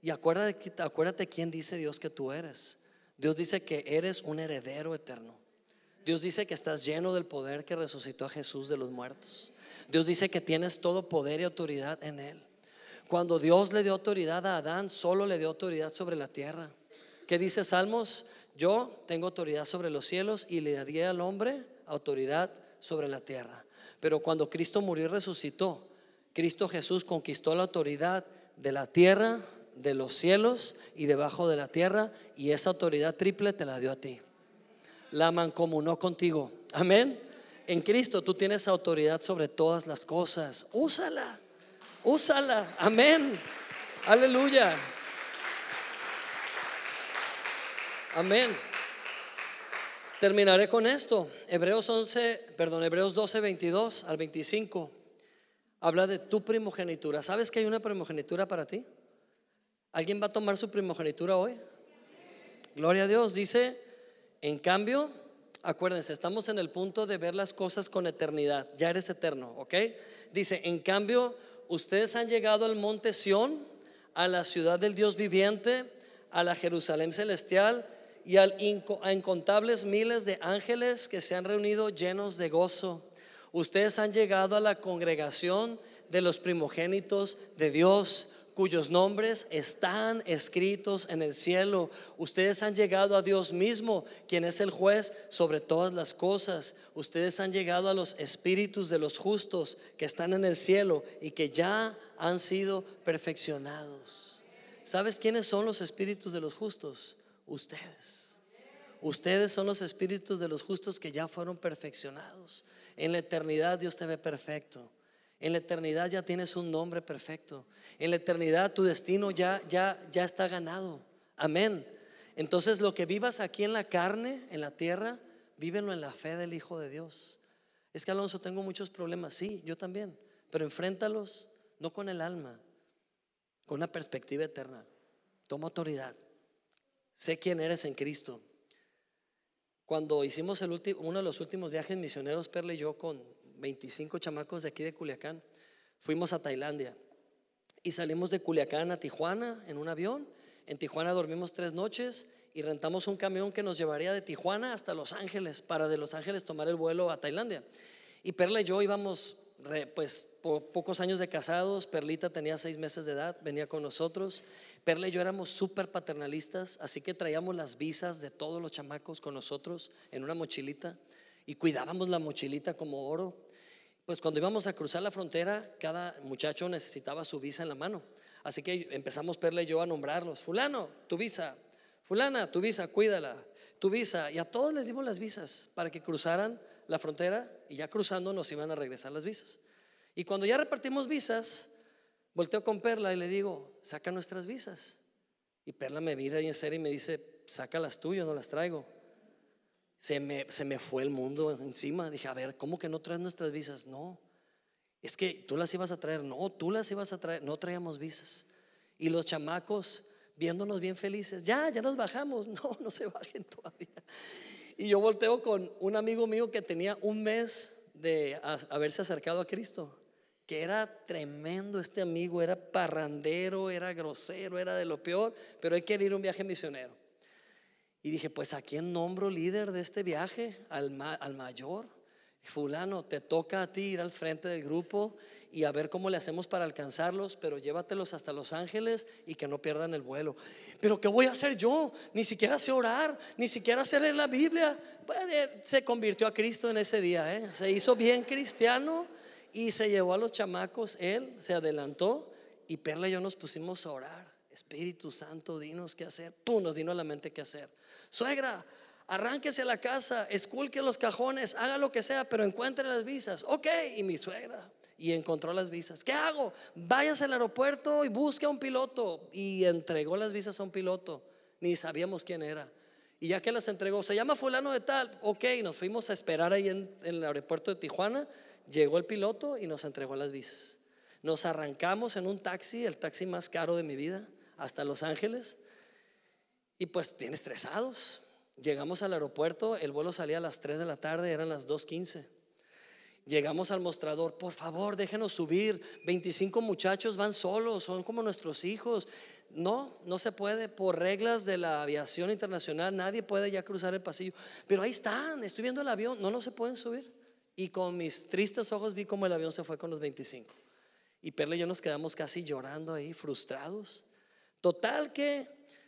Y acuérdate, acuérdate quién dice Dios que tú eres. Dios dice que eres un heredero eterno. Dios dice que estás lleno del poder que resucitó a Jesús de los muertos. Dios dice que tienes todo poder y autoridad en Él. Cuando Dios le dio autoridad a Adán, solo le dio autoridad sobre la tierra. ¿Qué dice Salmos? Yo tengo autoridad sobre los cielos y le di al hombre autoridad sobre la tierra. Pero cuando Cristo murió y resucitó, Cristo Jesús conquistó la autoridad de la tierra, de los cielos y debajo de la tierra, y esa autoridad triple te la dio a ti. La mancomunó contigo. Amén. En Cristo tú tienes autoridad sobre todas las cosas. Úsala, úsala. Amén. Aleluya. Amén. Terminaré con esto. Hebreos once, perdón, Hebreos doce, veintidós al veinticinco habla de tu primogenitura. ¿Sabes que hay una primogenitura para ti? ¿Alguien va a tomar su primogenitura hoy? Gloria a Dios. Dice, en cambio, acuérdense, estamos en el punto de ver las cosas con eternidad. Ya eres eterno, ¿ok? Dice, en cambio, ustedes han llegado al monte Sión, a la ciudad del Dios viviente, a la Jerusalén celestial y al inco- a incontables miles de ángeles que se han reunido llenos de gozo. Ustedes han llegado a la congregación de los primogénitos de Dios, cuyos nombres están escritos en el cielo. Ustedes han llegado a Dios mismo, quien es el juez sobre todas las cosas. Ustedes han llegado a los espíritus de los justos que están en el cielo y que ya han sido perfeccionados. ¿Sabes quiénes son los espíritus de los justos? Ustedes. Ustedes son los espíritus de los justos que ya fueron perfeccionados. En la eternidad Dios te ve perfecto. En la eternidad ya tienes un nombre perfecto. En la eternidad tu destino ya, ya, ya está ganado. Amén. Entonces lo que vivas aquí en la carne, en la tierra, vívelo en la fe del Hijo de Dios. Es que, Alonso, tengo muchos problemas. Sí, yo también. Pero enfréntalos no con el alma, con una perspectiva eterna. Toma autoridad. Sé quién eres en Cristo. Cuando hicimos el ulti- uno de los últimos viajes misioneros, Perla y yo, con veinticinco chamacos de aquí de Culiacán, fuimos a Tailandia y salimos de Culiacán a Tijuana en un avión. En Tijuana dormimos tres noches y rentamos un camión que nos llevaría de Tijuana hasta Los Ángeles, para de Los Ángeles tomar el vuelo a Tailandia. Y Perla y yo íbamos pues por pocos años de casados. Perlita tenía seis meses de edad, venía con nosotros. Perla y yo éramos súper paternalistas, así que traíamos las visas de todos los chamacos con nosotros en una mochilita y cuidábamos la mochilita como oro. Pues cuando íbamos a cruzar la frontera, cada muchacho necesitaba su visa en la mano, así que empezamos Perla y yo a nombrarlos. Fulano, tu visa. Fulana, tu visa, cuídala. Tu visa. Y a todos les dimos las visas para que cruzaran la frontera, y ya cruzando nos iban a regresar las visas. Y cuando ya repartimos visas, volteo con Perla y le digo, saca nuestras visas. Y Perla me mira en serio y me dice, saca las tuyas, no las traigo. Se me, se me fue el mundo encima. Dije, a ver, ¿cómo que no traes nuestras visas? No, es que tú las ibas a traer. No, tú las ibas a traer. No traíamos visas. Y los chamacos viéndonos bien felices, ya, ya nos bajamos. No, no se bajen todavía. Y yo volteo con un amigo mío que tenía un mes de haberse acercado a Cristo, que era tremendo. Este amigo era parrandero, era grosero, era de lo peor, pero él quería ir a un viaje misionero. Y dije, pues ¿a quién nombro líder de este viaje? Al, ma, al mayor. Fulano, te toca a ti ir al frente del grupo y a ver cómo le hacemos para alcanzarlos, pero llévatelos hasta Los Ángeles y que no pierdan el vuelo. Pero ¿qué voy a hacer yo? Ni siquiera sé orar, ni siquiera sé leer la Biblia. Pues, eh, se convirtió a Cristo en ese día, ¿eh? Se hizo bien cristiano y se llevó a los chamacos. Él se adelantó y Perla y yo nos pusimos a orar. Espíritu Santo, dinos qué hacer. Pum, nos vino a la mente qué hacer. Suegra, arránquese a la casa, esculque los cajones, haga lo que sea, pero encuentre las visas. Ok, y mi suegra, y encontró las visas. ¿Qué hago? Váyase al aeropuerto y busque a un piloto. Y entregó las visas a un piloto. Ni sabíamos quién era. Y ya que las entregó, se llama fulano de tal. Ok, nos fuimos a esperar ahí en, en el aeropuerto de Tijuana. Llegó el piloto y nos entregó las visas. Nos arrancamos en un taxi, el taxi más caro de mi vida, hasta Los Ángeles. Y pues bien estresados. Llegamos al aeropuerto, el vuelo salía a las tres de la tarde, eran las dos quince. Llegamos al mostrador, por favor déjenos subir, veinticinco muchachos van solos, son como nuestros hijos. No, no se puede. Por reglas de la aviación internacional nadie puede ya cruzar el pasillo. Pero ahí están, estoy viendo el avión. No, no se pueden subir. Y con mis tristes ojos vi cómo el avión se fue con los veinticinco. Y Perla y yo nos quedamos casi llorando ahí, frustrados. Total que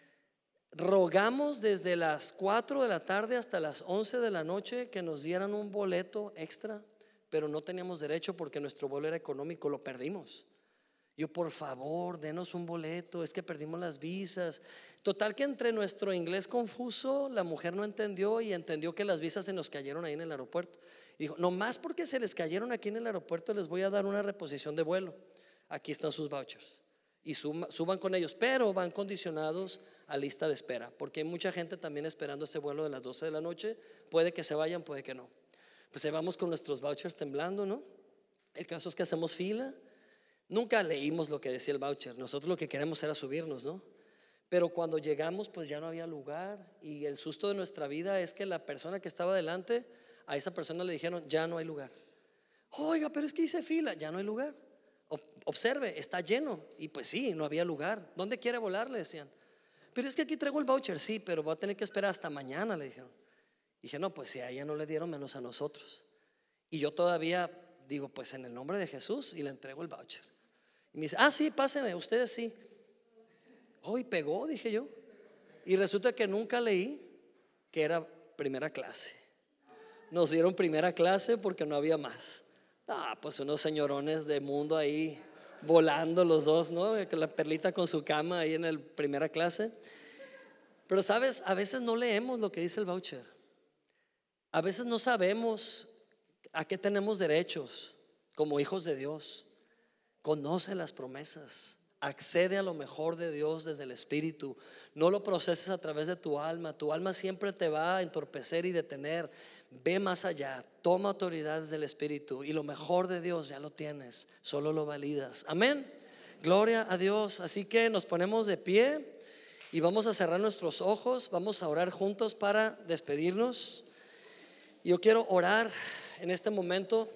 rogamos desde las cuatro de la tarde hasta las once de la noche que nos dieran un boleto extra, pero no teníamos derecho porque nuestro vuelo era económico, lo perdimos. Yo, por favor, denos un boleto, es que perdimos las visas. Total que entre nuestro inglés confuso, la mujer no entendió y entendió que las visas se nos cayeron ahí en el aeropuerto. Y dijo, no más porque se les cayeron aquí en el aeropuerto, les voy a dar una reposición de vuelo. Aquí están sus vouchers. Y suban, suban con ellos, pero van condicionados a lista de espera, porque hay mucha gente también esperando ese vuelo de las doce de la noche. Puede que se vayan, puede que no. Pues ahí vamos con nuestros vouchers temblando, ¿no? El caso es que hacemos fila. Nunca leímos lo que decía el voucher. Nosotros lo que queremos era subirnos, ¿no? Pero cuando llegamos pues ya no había lugar. Y el susto de nuestra vida es que la persona que estaba delante, a esa persona le dijeron, ya no hay lugar. Oiga, pero es que hice fila, ya no hay lugar. Observe, está lleno. Y pues sí, no había lugar. ¿Dónde quiere volar?, le decían. Pero es que aquí traigo el voucher. Sí, pero va a tener que esperar hasta mañana, le dijeron. Y dije, no, pues si a ella no le dieron, menos a nosotros. Y yo todavía digo, pues en el nombre de Jesús, y le entrego el voucher. Y me dice, ah, sí, pásenme, ustedes sí. Oh, y pegó, dije yo. Y resulta que nunca leí que era primera clase. Nos dieron primera clase porque no había más. Ah, pues unos señorones de mundo ahí volando los dos, ¿no? La Perlita con su cama ahí en el primera clase. Pero sabes, a veces no leemos lo que dice el voucher. A veces no sabemos a qué tenemos derechos como hijos de Dios. Conoce las promesas, accede a lo mejor de Dios desde el Espíritu. No lo proceses a través de tu alma. Tu alma siempre te va a entorpecer y detener. Ve más allá, toma autoridad desde el Espíritu y lo mejor de Dios ya lo tienes, solo lo validas. Amén, gloria a Dios. Así que nos ponemos de pie y vamos a cerrar nuestros ojos. Vamos a orar juntos para despedirnos. Yo quiero orar en este momento.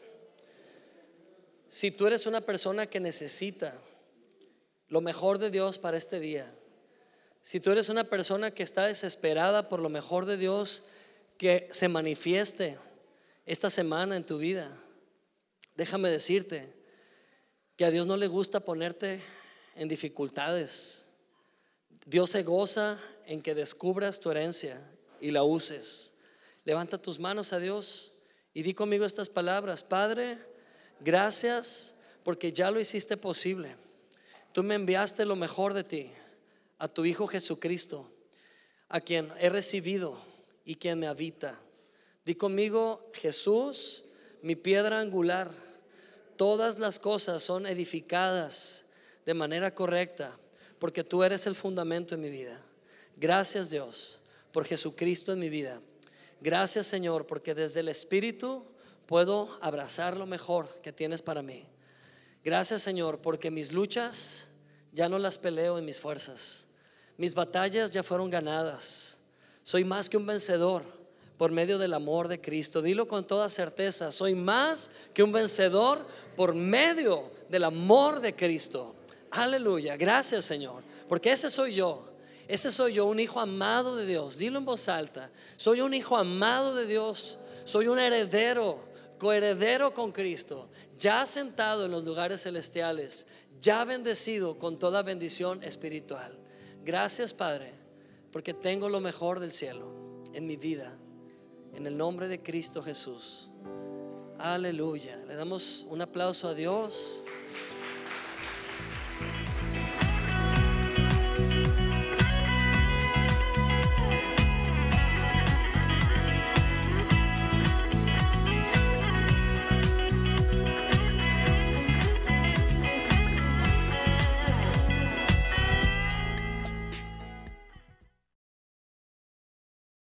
Si tú eres una persona que necesita lo mejor de Dios para este día, si tú eres una persona que está desesperada por lo mejor de Dios que se manifieste esta semana en tu vida, déjame decirte que a Dios no le gusta ponerte en dificultades. Dios se goza en que descubras tu herencia y la uses. Levanta tus manos a Dios y di conmigo estas palabras. Padre, gracias porque ya lo hiciste posible. Tú me enviaste lo mejor de ti, a tu Hijo Jesucristo, a quien he recibido y quien me habita. Di conmigo, Jesús, mi piedra angular. Todas las cosas son edificadas de manera correcta porque tú eres el fundamento en mi vida. Gracias, Dios, por Jesucristo en mi vida. Gracias, Señor, porque desde el Espíritu puedo abrazar lo mejor que tienes para mí. Gracias, Señor, porque mis luchas ya no las peleo en mis fuerzas. Mis batallas ya fueron ganadas. Soy más que un vencedor por medio del amor de Cristo. Dilo con toda certeza. Soy más que un vencedor por medio del amor de Cristo. Aleluya. Gracias, Señor, porque ese soy yo. Ese soy yo, un hijo amado de Dios. Dilo en voz alta. Soy un hijo amado de Dios. Soy un heredero, coheredero con Cristo, ya sentado en los lugares celestiales, ya bendecido con toda bendición espiritual. Gracias, Padre, porque tengo lo mejor del cielo en mi vida, en el nombre de Cristo Jesús. Aleluya. Le damos un aplauso a Dios.